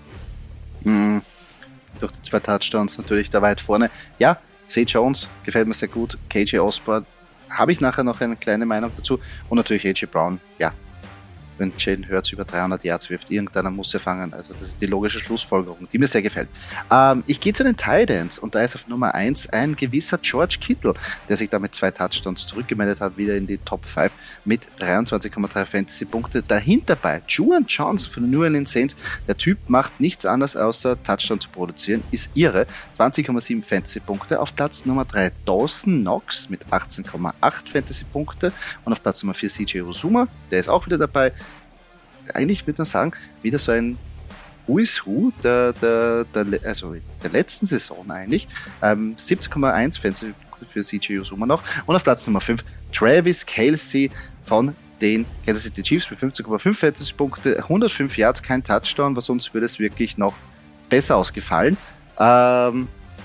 Mhm. Durch die zwei Touchdowns natürlich da weit vorne. Ja, Zay Jones gefällt mir sehr gut. K J Osborne habe ich nachher noch eine kleine Meinung dazu. Und natürlich A J Brown. Ja, wenn Jalen Hurts über dreihundert Yards wirft, irgendeiner muss er fangen. Also das ist die logische Schlussfolgerung, die mir sehr gefällt. Ähm, ich gehe zu den Tight Ends und da ist auf Nummer eins ein gewisser George Kittle, der sich da mit zwei Touchdowns zurückgemeldet hat, wieder in die Top fünf mit dreiundzwanzig Komma drei Fantasy-Punkte. Dahinter bei Juwan Johnson von den New Orleans Saints. Der Typ macht nichts anderes außer Touchdown zu produzieren, ist irre. zwanzig Komma sieben Fantasy-Punkte. Auf Platz Nummer drei Dawson Knox mit achtzehn Komma acht Fantasy-Punkte und auf Platz Nummer vier C J Uzomah, der ist auch wieder dabei. Eigentlich würde man sagen, wieder so ein Who is Who der, der, der, also der letzten Saison eigentlich. Ähm, siebzehn Komma eins Fantasy-Punkte für C J Uzomah noch. Und auf Platz Nummer fünf Travis Kelce von den Kansas City Chiefs mit fünfzehn Komma fünf Fantasy-Punkte, hundertfünf Yards, kein Touchdown, was sonst würde es wirklich noch besser ausgefallen. Ähm,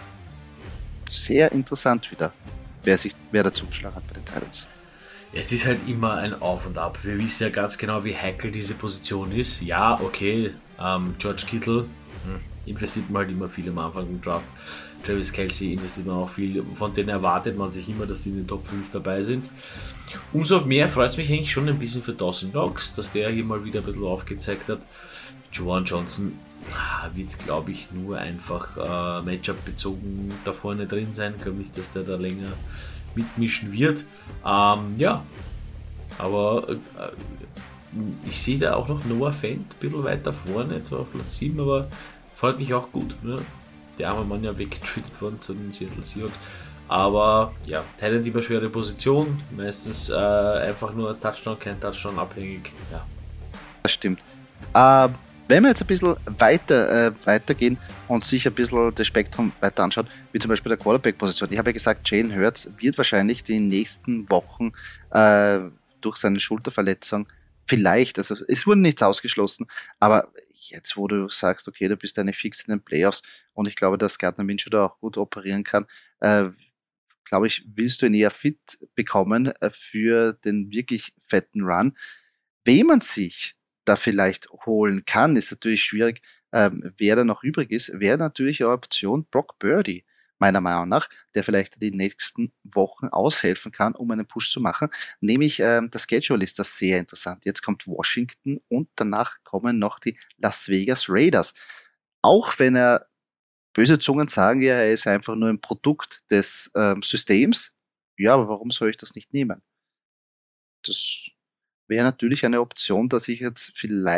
sehr interessant wieder, wer, sich, wer dazu geschlagen hat bei den Titans. Es ist halt immer ein Auf und Ab. Wir wissen ja ganz genau, wie heikel diese Position ist. Ja, okay, ähm, George Kittle hm, investiert man halt immer viel am Anfang im Draft. Travis Kelce investiert man auch viel. Von denen erwartet man sich immer, dass die in den Top fünf dabei sind. Umso mehr freut es mich eigentlich schon ein bisschen für Dawson Knox, dass der hier mal wieder ein bisschen aufgezeigt hat. Juwan Johnson wird, glaube ich, nur einfach äh, Matchup bezogen da vorne drin sein. Ich glaube nicht, dass der da länger mitmischen wird. Ähm, ja, aber äh, ich sehe da auch noch Noah Fant ein bisschen weiter vorne, zwar auf Platz sieben, aber freut mich auch gut. Ne? Der arme Mann ja weggetradet worden zu den Seattle Seahawks. Aber ja, teilen die immer schwere Position, meistens äh, einfach nur Touchdown, kein Touchdown abhängig. Ja. Das stimmt. Äh, wenn wir jetzt ein bisschen weiter äh, weitergehen und sich ein bisschen das Spektrum weiter anschaut, wie zum Beispiel der Quarterback-Position. Ich habe ja gesagt, Jalen Hurts wird wahrscheinlich die nächsten Wochen äh, durch seine Schulterverletzung vielleicht, also es wurde nichts ausgeschlossen, aber jetzt, wo du sagst, okay, du bist eine fix in den Playoffs und ich glaube, dass Gardner Minshew da auch gut operieren kann, äh, glaube ich, willst du ihn eher fit bekommen äh, für den wirklich fetten Run. Wem man sich da vielleicht holen kann, ist natürlich schwierig, ähm, wer da noch übrig ist, wäre natürlich eine Option Brock Purdy, meiner Meinung nach, der vielleicht die nächsten Wochen aushelfen kann, um einen Push zu machen. Nämlich ähm, das Schedule ist das sehr interessant. Jetzt kommt Washington und danach kommen noch die Las Vegas Raiders. Auch wenn er, böse Zungen sagen ja, er ist einfach nur ein Produkt des ähm, Systems. Ja, aber warum soll ich das nicht nehmen? Das wäre natürlich eine Option, dass ich jetzt vielleicht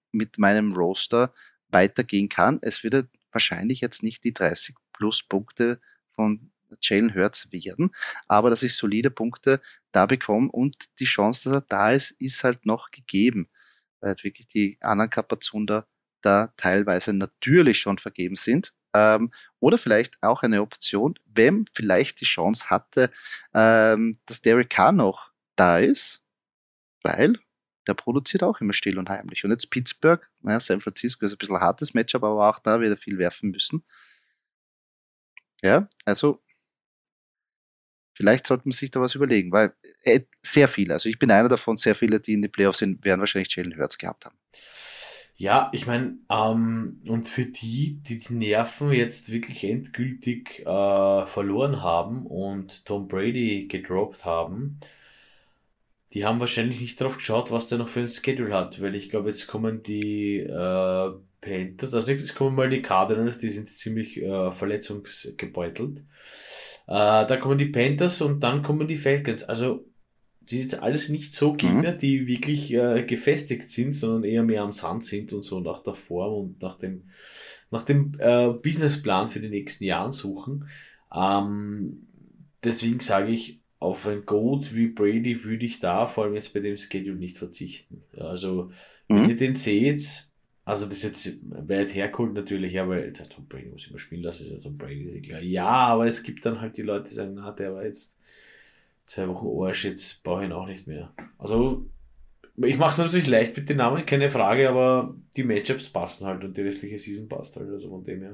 mit meinem Roster weitergehen kann. Es wird wahrscheinlich jetzt nicht die dreißig plus Punkte von Jalen Hurts werden, aber dass ich solide Punkte da bekomme und die Chance, dass er da ist, ist halt noch gegeben, weil halt wirklich die anderen Kapazunder da teilweise natürlich schon vergeben sind. Ähm, oder vielleicht auch eine Option, wenn vielleicht die Chance hatte, ähm, dass Derek Carr noch da ist, weil der produziert auch immer still und heimlich. Und jetzt Pittsburgh, naja, San Francisco ist ein bisschen ein hartes Matchup, aber auch da wird er viel werfen müssen. Ja, also vielleicht sollte man sich da was überlegen, weil äh, sehr viele, also ich bin einer davon, sehr viele, die in die Playoffs sind, werden wahrscheinlich Jalen Hurts gehabt haben. Ja, ich meine, ähm, und für die, die die Nerven jetzt wirklich endgültig äh, verloren haben und Tom Brady gedroppt haben, die haben wahrscheinlich nicht drauf geschaut, was der noch für ein Schedule hat, weil ich glaube, jetzt kommen die äh, Panthers, als nächstes kommen mal die Cardinals, die sind ziemlich äh, verletzungsgebeutelt. Äh, da kommen die Panthers und dann kommen die Falcons. Also die sind jetzt alles nicht so Gegner, Mhm. die wirklich äh, gefestigt sind, sondern eher mehr am Sand sind und so nach der Form und nach dem, nach dem äh, Businessplan für die nächsten Jahren suchen. Ähm, deswegen sage ich, auf ein Goat wie Brady würde ich da vor allem jetzt bei dem Schedule nicht verzichten. Ja, also wenn Mhm. ihr den seht, also das ist jetzt weit hergeholt natürlich, ja, weil der Tom Brady muss immer spielen lassen, ist ja Tom Brady, ist ja klar. Ja, aber es gibt dann halt die Leute, die sagen, na, der war jetzt zwei Wochen Arsch, jetzt brauche ich ihn auch nicht mehr. Also, ich mache es mir natürlich leicht mit den Namen, keine Frage, aber die Matchups passen halt und die restliche Season passt halt, also von dem her.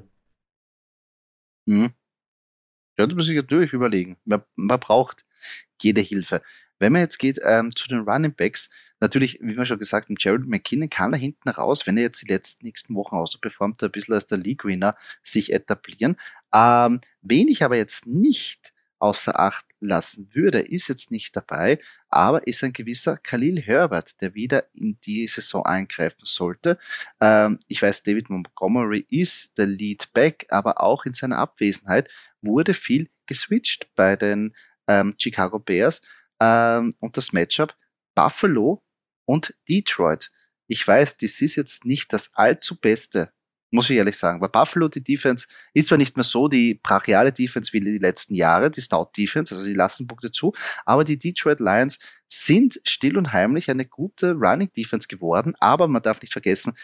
Mhm. Könnte man sich natürlich überlegen. Man, man braucht jede Hilfe. Wenn man jetzt geht ähm, zu den Running Backs, natürlich, wie wir schon gesagt haben, Jared McKinnon kann da hinten raus, wenn er jetzt die letzten nächsten Wochen auch so performt, ein bisschen als der League-Winner sich etablieren. Ähm, wen ich aber jetzt nicht außer Acht lassen würde, ist jetzt nicht dabei, aber ist ein gewisser Khalil Herbert, der wieder in die Saison eingreifen sollte. Ähm, ich weiß, David Montgomery ist der Lead Back, aber auch in seiner Abwesenheit wurde viel geswitcht bei den ähm, Chicago Bears ähm, und das Matchup Buffalo und Detroit. Ich weiß, das ist jetzt nicht das allzu beste, muss ich ehrlich sagen, weil Buffalo, die Defense, ist zwar nicht mehr so die brachiale Defense wie die letzten Jahre, die Stout-Defense, also die lassen Punkte zu, aber die Detroit Lions sind still und heimlich eine gute Running-Defense geworden, aber man darf nicht vergessen,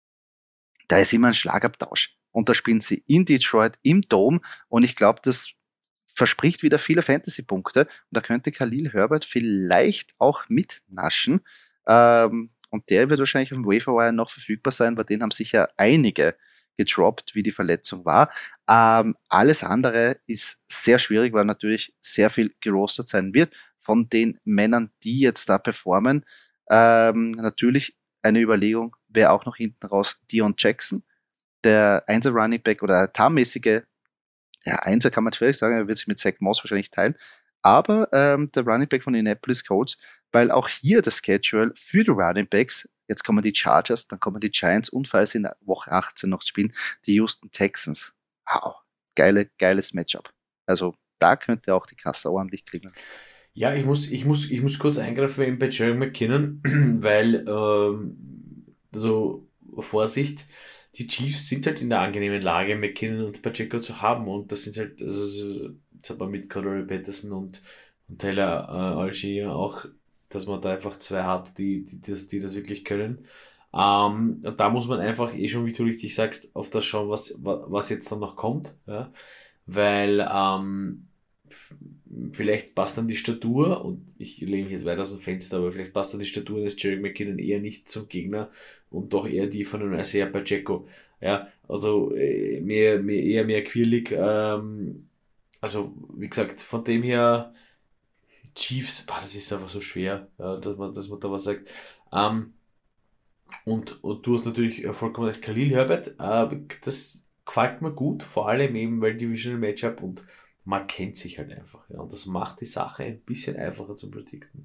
da ist immer ein Schlagabtausch. Und da spielen sie in Detroit, im Dome, und ich glaube, das verspricht wieder viele Fantasy-Punkte. Und da könnte Khalil Herbert vielleicht auch mitnaschen. Ähm, und der wird wahrscheinlich auf dem Waiver-Wire noch verfügbar sein, weil den haben sicher einige gedroppt, wie die Verletzung war. Ähm, alles andere ist sehr schwierig, weil natürlich sehr viel gerostet sein wird von den Männern, die jetzt da performen. Ähm, natürlich eine Überlegung wäre auch noch hinten raus Dion Jackson, der Einser Running Back oder tarnmäßige, ja, Einser kann man schwierig sagen, er wird sich mit Zach Moss wahrscheinlich teilen, aber ähm, der Running Back von Indianapolis Colts, weil auch hier das Schedule für die Running Backs, jetzt kommen die Chargers, dann kommen die Giants und falls sie in Woche achtzehn noch spielen, die Houston Texans. Wow, geile, geiles Matchup. Also da könnte auch die Kasse ordentlich klingeln. Ja, ich muss, ich muss, ich muss kurz eingreifen eben bei Jerry McKinnon, weil, ähm, also Vorsicht, die Chiefs sind halt in der angenehmen Lage, McKinnon und Pacheco zu haben und das sind halt, also so- jetzt hat man mit Cordero Patterson und, und Taylor äh, Algier auch, dass man da einfach zwei hat, die, die, das, die das wirklich können. Ähm, und da muss man einfach eh schon, wie du richtig sagst, auf das schauen, was, wa- was jetzt dann noch kommt, ja, weil ähm, f- vielleicht passt dann die Statur, und ich lehne mich jetzt weiter aus dem Fenster, aber vielleicht passt dann die Statur des Jerry McKinnon eher nicht zum Gegner und doch eher die von einem Isaiah Pacheco. Ja, also äh, mehr, mehr, eher mehr quirlig. Ähm, also, wie gesagt, von dem her, Chiefs, boah, das ist einfach so schwer, ja, dass man, dass man da was sagt. Ähm, und, und du hast natürlich äh, vollkommen recht, Khalil Herbert, äh, das gefällt mir gut, vor allem eben, weil Divisional Matchup und man kennt sich halt einfach. Ja, und das macht die Sache ein bisschen einfacher zu predikten.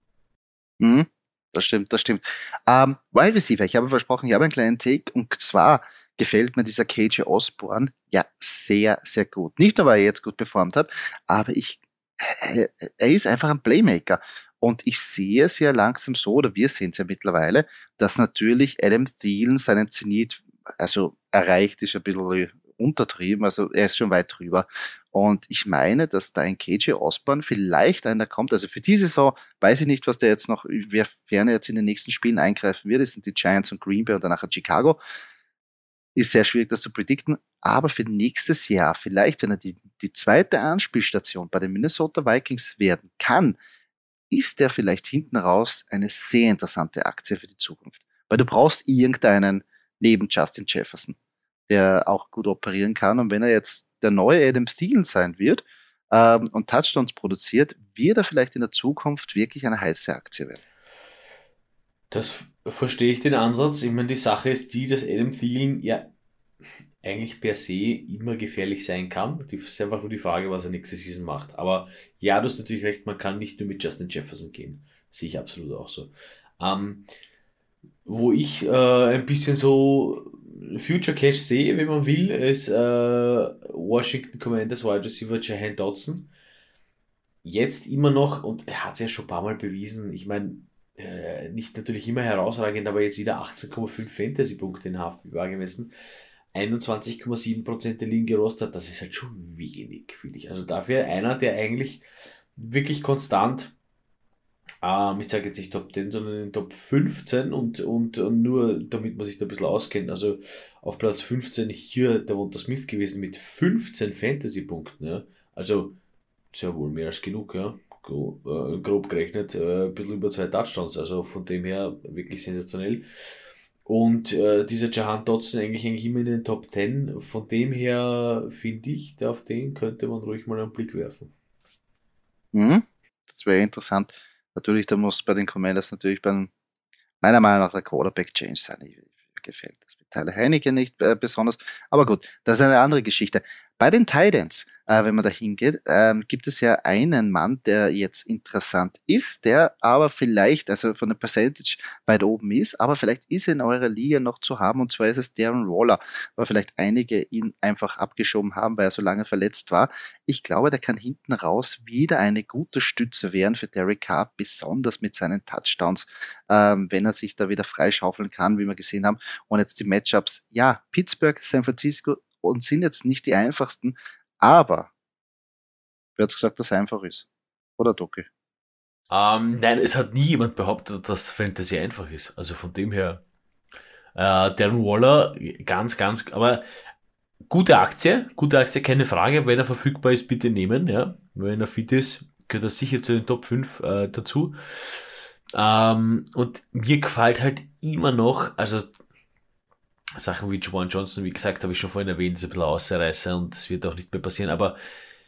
Mhm. Das stimmt, das stimmt. Ähm, Wide Receiver, ich habe versprochen, ich habe einen kleinen Take, und zwar gefällt mir dieser K J Osborne ja sehr, sehr gut. Nicht nur, weil er jetzt gut performt hat, aber ich, er, er ist einfach ein Playmaker. Und ich sehe es ja langsam so, oder wir sehen es ja mittlerweile, dass natürlich Adam Thielen seinen Zenit, also erreicht ist ein bisschen untertrieben, also er ist schon weit drüber. Und ich meine, dass da ein K J Osborne vielleicht einer kommt, also für die Saison weiß ich nicht, was der jetzt noch, wer er jetzt in den nächsten Spielen eingreifen wird, das sind die Giants und Green Bay und danach Chicago. Ist sehr schwierig, das zu predikten, aber für nächstes Jahr, vielleicht, wenn er die, die zweite Anspielstation bei den Minnesota Vikings werden kann, ist der vielleicht hinten raus eine sehr interessante Aktie für die Zukunft. Weil du brauchst irgendeinen neben Justin Jefferson, der auch gut operieren kann. Und wenn er jetzt der neue Adam Thielen sein wird ähm, und Touchdowns produziert, wird er vielleicht in der Zukunft wirklich eine heiße Aktie werden. Das verstehe ich den Ansatz. Ich meine, die Sache ist die, dass Adam Thielen ja eigentlich per se immer gefährlich sein kann. Das ist einfach nur die Frage, was er nächste Season macht. Aber ja, du hast natürlich recht, man kann nicht nur mit Justin Jefferson gehen. Sehe ich absolut auch so. Ähm, wo ich äh, ein bisschen so Future Cash sehe, wenn man will, ist äh, Washington Commanders Wide Receiver Jahan Dotson. Jetzt immer noch, und er hat es ja schon ein paar Mal bewiesen, ich meine, äh, nicht natürlich immer herausragend, aber jetzt wieder achtzehn Komma fünf Fantasy-Punkte in H F B gemessen. einundzwanzig Komma sieben Prozent der Ligen gerostet, das ist halt schon wenig, finde ich. Also dafür einer, der eigentlich wirklich konstant, ähm, ich sage jetzt nicht Top zehn, sondern in Top fünfzehn und, und, und nur damit man sich da ein bisschen auskennt, also auf Platz fünfzehn hier der Devonta Smith gewesen mit fünfzehn Fantasy-Punkten, ja. Also sehr wohl mehr als genug, ja. Grob, äh, grob gerechnet, äh, ein bisschen über zwei Touchdowns, also von dem her wirklich sensationell. Und äh, dieser Jahan Dotson eigentlich, eigentlich immer in den Top zehn. Von dem her finde ich, auf den könnte man ruhig mal einen Blick werfen. Mhm. Das wäre interessant. Natürlich, da muss bei den Commanders natürlich beim, meiner Meinung nach der Quarterback-Change sein. Ich, ich gefällt das mit Tyler Heinicke nicht äh, besonders. Aber gut, das ist eine andere Geschichte. Bei den Titans, äh, wenn man da hingeht, ähm, gibt es ja einen Mann, der jetzt interessant ist, der aber vielleicht, also von der Percentage weit oben ist, aber vielleicht ist er in eurer Liga noch zu haben, und zwar ist es Darren Waller, weil vielleicht einige ihn einfach abgeschoben haben, weil er so lange verletzt war. Ich glaube, der kann hinten raus wieder eine gute Stütze werden für Derek Carr, besonders mit seinen Touchdowns, ähm, wenn er sich da wieder freischaufeln kann, wie wir gesehen haben. Und jetzt die Matchups, ja, Pittsburgh, San Francisco, und sind jetzt nicht die einfachsten, aber wer hat gesagt, dass es einfach ist? Oder Doki? Ähm, nein, es hat nie jemand behauptet, dass Fantasy einfach ist. Also von dem her, äh, Darren Waller, ganz, ganz, aber gute Aktie, gute Aktie, keine Frage. Wenn er verfügbar ist, bitte nehmen, ja. Wenn er fit ist, gehört er sicher zu den Top fünf äh, dazu. Ähm, und mir gefällt halt immer noch, also Sachen wie Juwan Johnson, wie gesagt, habe ich schon vorhin erwähnt, ist ein bisschen Ausreißer und es wird auch nicht mehr passieren, aber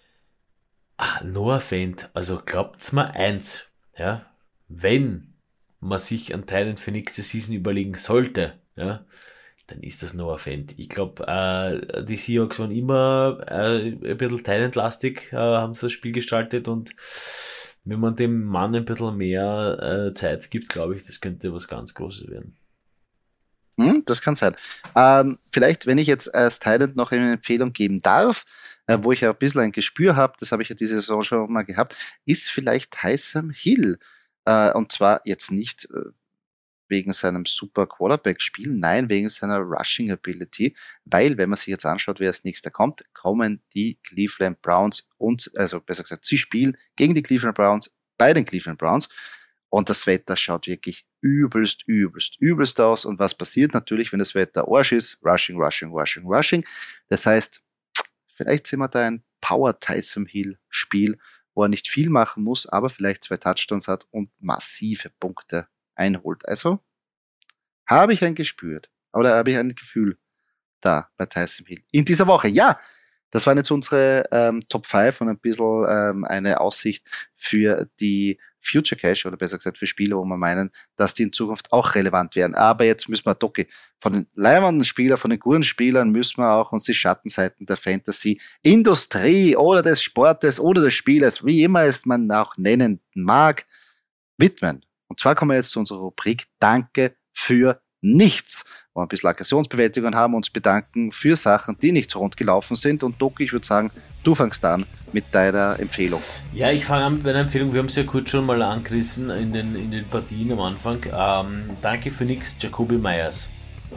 ah, Noah Fant, also glaubt's mir eins, ja, wenn man sich einen Titan für nächste Season überlegen sollte, ja, dann ist das Noah Fant. Ich glaube, äh, die Seahawks waren immer äh, ein bisschen Titan-lastig, äh, haben sie das Spiel gestaltet, und wenn man dem Mann ein bisschen mehr äh, Zeit gibt, glaube ich, das könnte was ganz Großes werden. Hm, das kann sein. Ähm, vielleicht, wenn ich jetzt als Titan noch eine Empfehlung geben darf, äh, wo ich ja ein bisschen ein Gespür habe, das habe ich ja diese Saison schon mal gehabt, ist vielleicht Taysom Hill. Äh, und zwar jetzt nicht äh, wegen seinem super Quarterback-Spiel, nein, wegen seiner Rushing Ability, weil, wenn man sich jetzt anschaut, wer als nächster kommt, kommen die Cleveland Browns und, also besser gesagt, sie spielen gegen die Cleveland Browns bei den Cleveland Browns. Und das Wetter schaut wirklich übelst, übelst, übelst aus. Und was passiert natürlich, wenn das Wetter Arsch ist? Rushing, Rushing, Rushing, Rushing. Das heißt, vielleicht sehen wir da ein Power Taysom Hill Spiel, wo er nicht viel machen muss, aber vielleicht zwei Touchdowns hat und massive Punkte einholt. Also habe ich ein gespürt, oder habe ich ein Gefühl da bei Taysom Hill in dieser Woche. Ja, das waren jetzt unsere ähm, Top fünf und ein bisschen ähm, eine Aussicht für die Future Cash, oder besser gesagt für Spieler, wo wir meinen, dass die in Zukunft auch relevant werden. Aber jetzt müssen wir, Doki, von den leibenden Spielern, von den guten Spielern müssen wir auch uns die Schattenseiten der Fantasy-Industrie oder des Sportes oder des Spielers, wie immer es man auch nennen mag, widmen. Und zwar kommen wir jetzt zu unserer Rubrik Danke für nichts, wo wir ein bisschen Aggressionsbewältigung haben, uns bedanken für Sachen, die nicht so rund gelaufen sind. Und Doki, ich würde sagen, du fängst an mit deiner Empfehlung. Ja, ich fange an mit meiner Empfehlung. Wir haben es ja kurz schon mal angerissen in den, in den Partien am Anfang. Ähm, danke für nix, Jacoby Myers.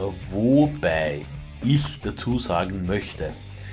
Wobei ich dazu sagen möchte,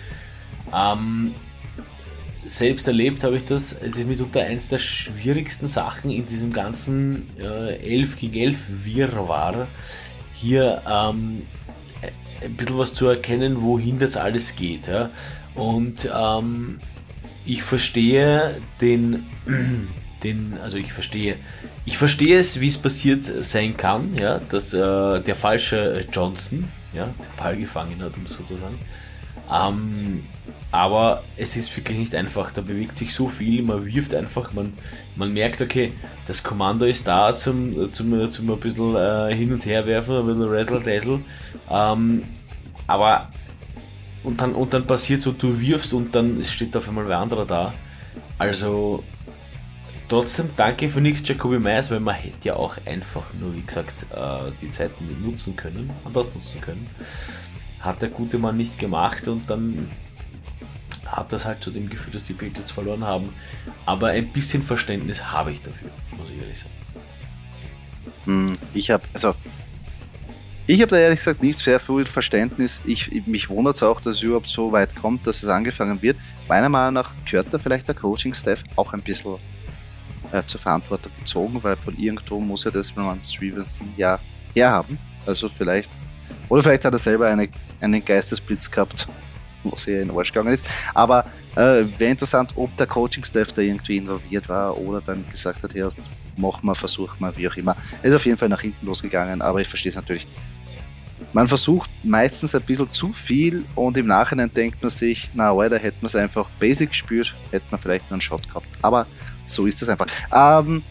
ähm, selbst erlebt habe ich das, es ist mitunter eins der schwierigsten Sachen in diesem ganzen äh, elf gegen elf Wirrwarr, hier ähm, ein bisschen was zu erkennen, wohin das alles geht. Ja? Und ähm, ich verstehe den, den, also ich verstehe, ich verstehe es, wie es passiert sein kann, ja, dass äh, der falsche Johnson, ja, den Ball gefangen hat, um es so zu sagen. Ähm, aber es ist wirklich nicht einfach, da bewegt sich so viel, man wirft einfach, man, man merkt, okay, das Kommando ist da zum, zum, zum ein bisschen äh, hin und her werfen, ein bisschen Razzle-Dazzle, ähm, aber und dann, und dann passiert so, du wirfst und dann steht auf einmal wer anderer da, also trotzdem danke für nichts Jacoby Myers, weil man hätte ja auch einfach nur, wie gesagt, äh, die Zeiten nutzen können, anders nutzen können. Hat der gute Mann nicht gemacht und dann hat das halt zu dem Gefühl, dass die Patriots verloren haben. Aber ein bisschen Verständnis habe ich dafür, muss ich ehrlich sagen. Ich habe, also, ich habe da ehrlich gesagt nicht sehr viel Verständnis. Ich, mich wundert es auch, dass es überhaupt so weit kommt, dass es angefangen wird. Meiner Meinung nach gehört da vielleicht der Coaching-Staff auch ein bisschen äh, zur Verantwortung gezogen, weil von irgendwo muss ja das Ramon Stevenson ja herhaben. Also vielleicht, oder vielleicht hat er selber eine, einen Geistesblitz gehabt, wo sie in den Arsch gegangen ist. Aber äh, wäre interessant, ob der Coaching-Staff da irgendwie involviert war oder dann gesagt hat, erst mach mal, versuch mal, wie auch immer. Er ist auf jeden Fall nach hinten losgegangen, aber ich verstehe es natürlich. Man versucht meistens ein bisschen zu viel und im Nachhinein denkt man sich, na weiter, hätte man es einfach basic gespürt, hätte man vielleicht noch einen Shot gehabt. Aber so ist es einfach. Ähm,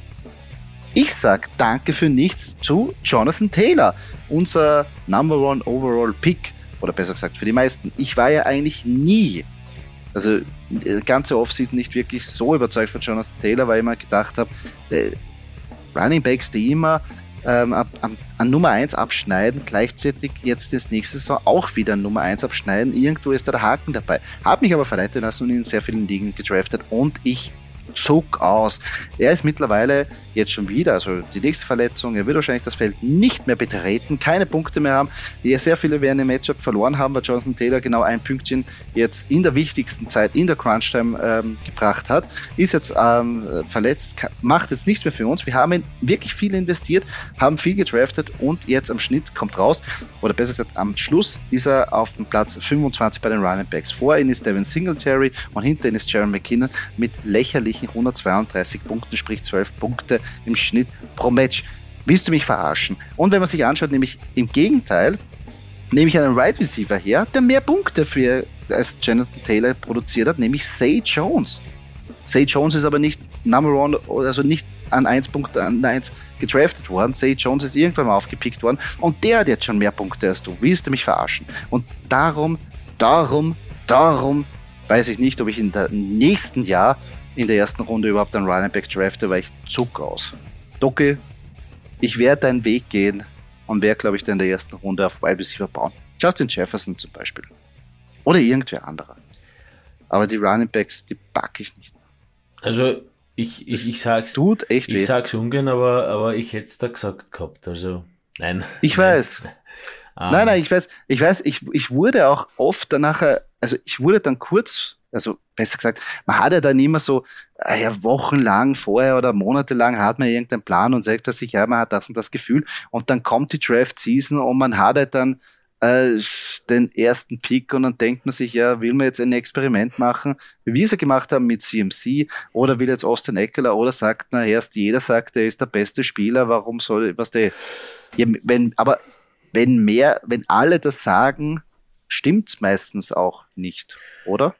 ich sag danke für nichts zu Jonathan Taylor, unser Number One Overall Pick. Oder besser gesagt, für die meisten. Ich war ja eigentlich nie, also die ganze Offseason nicht wirklich so überzeugt von Jonathan Taylor, weil ich mir gedacht habe, äh, Running Backs, die immer ähm, ab, an, an Nummer eins abschneiden, gleichzeitig jetzt das nächste Saison auch wieder an Nummer eins abschneiden. Irgendwo ist da der Haken dabei. Habe mich aber verleiten lassen und in sehr vielen Ligen gedraftet und ich zog aus. Er ist mittlerweile jetzt schon wieder, also die nächste Verletzung, er wird wahrscheinlich das Feld nicht mehr betreten, keine Punkte mehr haben. Sehr viele werden im Matchup verloren haben, weil Jonathan Taylor genau ein Pünktchen jetzt in der wichtigsten Zeit, in der Crunch-Time ähm, gebracht hat. Ist jetzt ähm, verletzt, macht jetzt nichts mehr für uns. Wir haben ihn wirklich viel investiert, haben viel gedraftet und jetzt am Schnitt kommt raus, oder besser gesagt am Schluss ist er auf dem Platz fünfundzwanzig bei den Running Backs. Vor ihm ist Devin Singletary und hinter ihm ist Jaron McKinnon mit lächerlichen hundertzweiunddreißig Punkten, sprich zwölf Punkte im Schnitt pro Match. Willst du mich verarschen? Und wenn man sich anschaut, nämlich im Gegenteil, nehme ich einen Wide right Receiver her, der mehr Punkte für als Jonathan Taylor produziert hat, nämlich Zay Jones. Zay Jones ist aber nicht Number One, also nicht an eins Punkt eins gedraftet worden. Zay Jones ist irgendwann mal aufgepickt worden und der hat jetzt schon mehr Punkte als du. Willst du mich verarschen? Und darum, darum, darum weiß ich nicht, ob ich in der nächsten Jahr in der ersten Runde überhaupt einen Running Back drafte, weil ich zuck aus. Doki, ich werde deinen Weg gehen und werde, glaube ich, dann in der ersten Runde auf Wide Receiver bauen. Justin Jefferson zum Beispiel. Oder irgendwer anderer. Aber die Running Backs, die packe ich nicht. Also, ich, ich, ich sag's, tut echt ich weh. sag's ungern, aber, aber ich hätte es da gesagt gehabt. Also, nein. Ich nein. weiß. um. Nein, nein, ich weiß, ich weiß, ich, ich wurde auch oft danach, also ich wurde dann kurz, also besser gesagt, man hat ja dann immer so, ja, wochenlang vorher oder monatelang hat man irgendeinen Plan und sagt sich, ja, man hat das und das Gefühl und dann kommt die Draft-Season und man hat halt dann äh, den ersten Pick und dann denkt man sich, ja, will man jetzt ein Experiment machen, wie wir es ja gemacht haben mit C M C oder will jetzt Austin Eckler oder sagt, na, erst jeder sagt, er ist der beste Spieler, warum soll, was der, ja, wenn, aber wenn mehr, wenn alle das sagen, stimmt's meistens auch nicht, oder?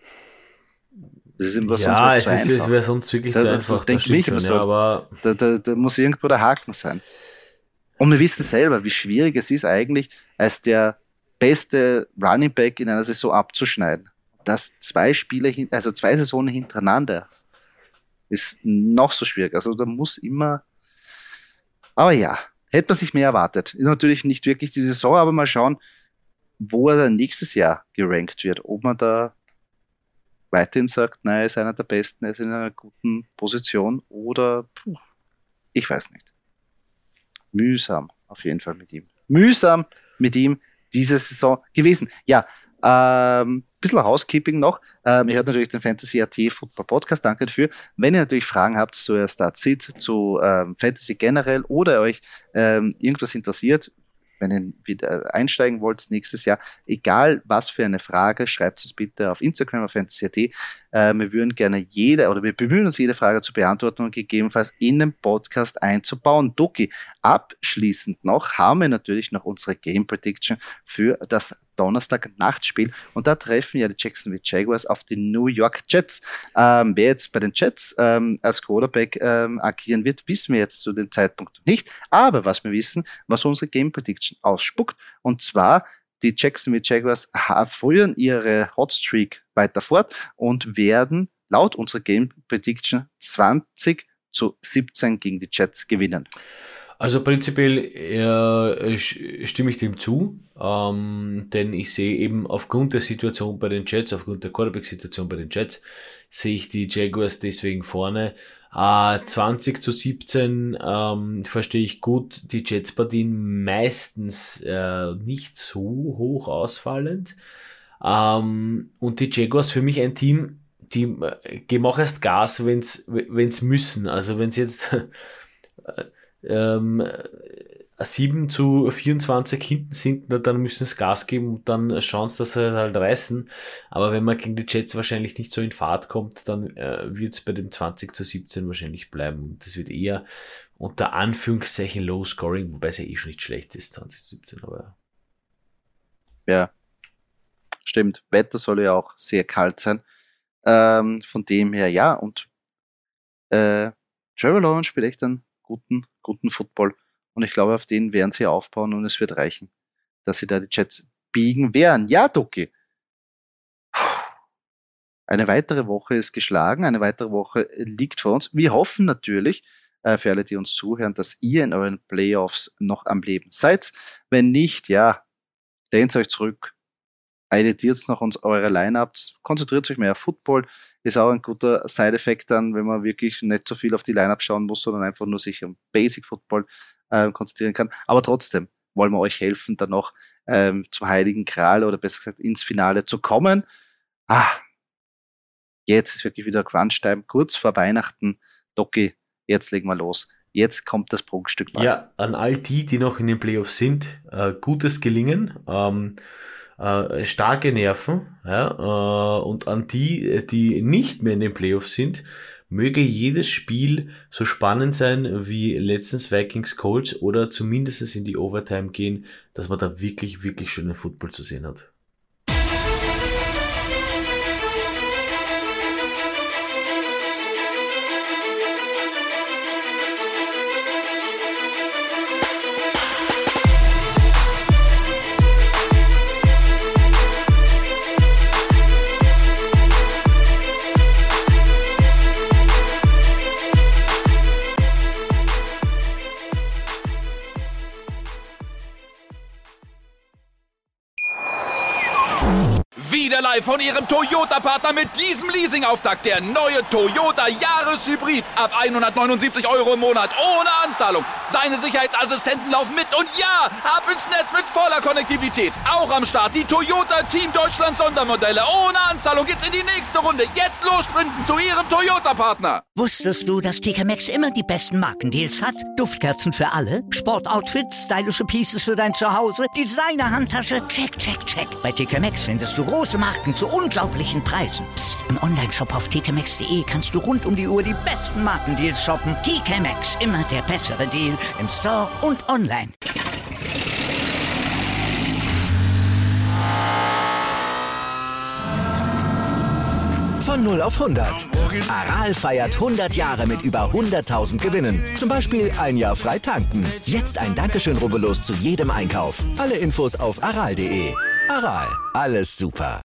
Das ist immer ja, sonst es, ist, es wäre sonst wirklich da, so da, einfach. Das denke ich immer so. Ja, aber da, da, da muss irgendwo der Haken sein. Und wir wissen selber, wie schwierig es ist eigentlich, als der beste Running Back in einer Saison abzuschneiden. Das zwei Spiele, hin, also zwei Saisonen hintereinander ist noch so schwierig. Also da muss immer, aber ja, hätte man sich mehr erwartet. Ist natürlich nicht wirklich die Saison, aber mal schauen, wo er dann nächstes Jahr gerankt wird. Ob man da weiterhin sagt, nein, er ist einer der Besten, er ist in einer guten Position oder puh, ich weiß nicht. Mühsam auf jeden Fall mit ihm. Mühsam mit ihm diese Saison gewesen. Ja, ähm, bisschen Housekeeping noch. Ähm, ihr hört natürlich den Fantasy punkt at Football Podcast. Danke dafür. Wenn ihr natürlich Fragen habt zu Start-Sit, zu ähm, Fantasy generell oder euch ähm, irgendwas interessiert, wenn ihr wieder einsteigen wollt nächstes Jahr, egal was für eine Frage, schreibt uns bitte auf Instagram, auf Fantasy punkt at. Äh, wir würden gerne jede, oder wir bemühen uns, jede Frage zu beantworten und gegebenenfalls in den Podcast einzubauen. Doki, abschließend noch haben wir natürlich noch unsere Game Prediction für das Donnerstag-Nachtspiel und da treffen ja die Jacksonville Jaguars auf die New York Jets. Ähm, wer jetzt bei den Jets ähm, als Quarterback ähm, agieren wird, wissen wir jetzt zu dem Zeitpunkt nicht, aber was wir wissen, was unsere Game Prediction ausspuckt, und zwar die Jacksonville Jaguars führen ihre Hotstreak weiter fort und werden laut unserer Game Prediction zwanzig zu siebzehn gegen die Jets gewinnen. Also prinzipiell äh, stimme ich dem zu, ähm, denn ich sehe eben aufgrund der Situation bei den Jets, aufgrund der Quarterback-Situation bei den Jets, sehe ich die Jaguars deswegen vorne. Äh, zwanzig zu siebzehn ähm, verstehe ich gut, die Jets-Partien meistens äh, nicht so hoch ausfallend. Ähm, und die Jaguars für mich ein Team, die äh, geben auch erst Gas, wenn's wenn's müssen. Also wenn's jetzt äh, ähm, sieben zu vierundzwanzig hinten sind, dann müssen sie Gas geben und dann schauen sie, dass sie halt reißen. Aber wenn man gegen die Jets wahrscheinlich nicht so in Fahrt kommt, dann äh, wird es bei dem zwanzig zu siebzehn wahrscheinlich bleiben. Und das wird eher unter Anführungszeichen Low Scoring, wobei es ja eh schon nicht schlecht ist, zwanzig zu siebzehn. Aber ja, stimmt. Wetter soll ja auch sehr kalt sein. Ähm, von dem her, ja. Und äh, Trevor Lawrence spielt echt einen guten, guten Football. Und ich glaube, auf den werden sie aufbauen und es wird reichen, dass sie da die Jets biegen werden. Ja, Doki. Eine weitere Woche ist geschlagen, eine weitere Woche liegt vor uns. Wir hoffen natürlich, äh, für alle, die uns zuhören, dass ihr in euren Playoffs noch am Leben seid. Wenn nicht, ja, lehnt euch zurück, editiert noch uns eure Lineups, konzentriert euch mehr auf Football. Ist auch ein guter Side-Effekt dann, wenn man wirklich nicht so viel auf die Lineup schauen muss, sondern einfach nur sich um Basic Football äh, konzentrieren kann. Aber trotzdem wollen wir euch helfen, dann noch ähm, zum Heiligen Gral oder besser gesagt ins Finale zu kommen. Ah, jetzt ist wirklich wieder Crunch-Time, kurz vor Weihnachten. Doki, jetzt legen wir los. Jetzt kommt das Prunkstück. Ja, an all die, die noch in den Playoffs sind, äh, gutes Gelingen. Ähm, Äh, starke Nerven, ja, äh, und an die, die nicht mehr in den Playoffs sind, möge jedes Spiel so spannend sein wie letztens Vikings Colts oder zumindest in die Overtime gehen, dass man da wirklich, wirklich schönen Football zu sehen hat. Von ihrem Toyota-Partner mit diesem Leasing-Auftakt. Der neue Toyota Jahreshybrid. Ab hundertneunundsiebzig Euro im Monat. Ohne Anzahlung. Seine Sicherheitsassistenten laufen mit. Und ja, ab ins Netz mit voller Konnektivität. Auch am Start die Toyota Team Deutschland Sondermodelle. Ohne Anzahlung geht's in die nächste Runde. Jetzt los sprinten zu ihrem Toyota-Partner. Wusstest du, dass T K Maxx immer die besten Markendeals hat? Duftkerzen für alle, Sportoutfits, stylische Pieces für dein Zuhause, Designer-Handtasche, check, check, check. Bei T K Maxx findest du große Marken zu unglaublichen Preisen. Psst. Im Onlineshop auf t k maxx punkt d e kannst du rund um die Uhr die besten Markendeals shoppen. T K Maxx, immer der bessere Deal im Store und online. Von null auf hundert. Aral feiert hundert Jahre mit über hunderttausend Gewinnen. Zum Beispiel ein Jahr frei tanken. Jetzt ein Dankeschön, rubbellos zu jedem Einkauf. Alle Infos auf aral punkt de. Aral, alles super.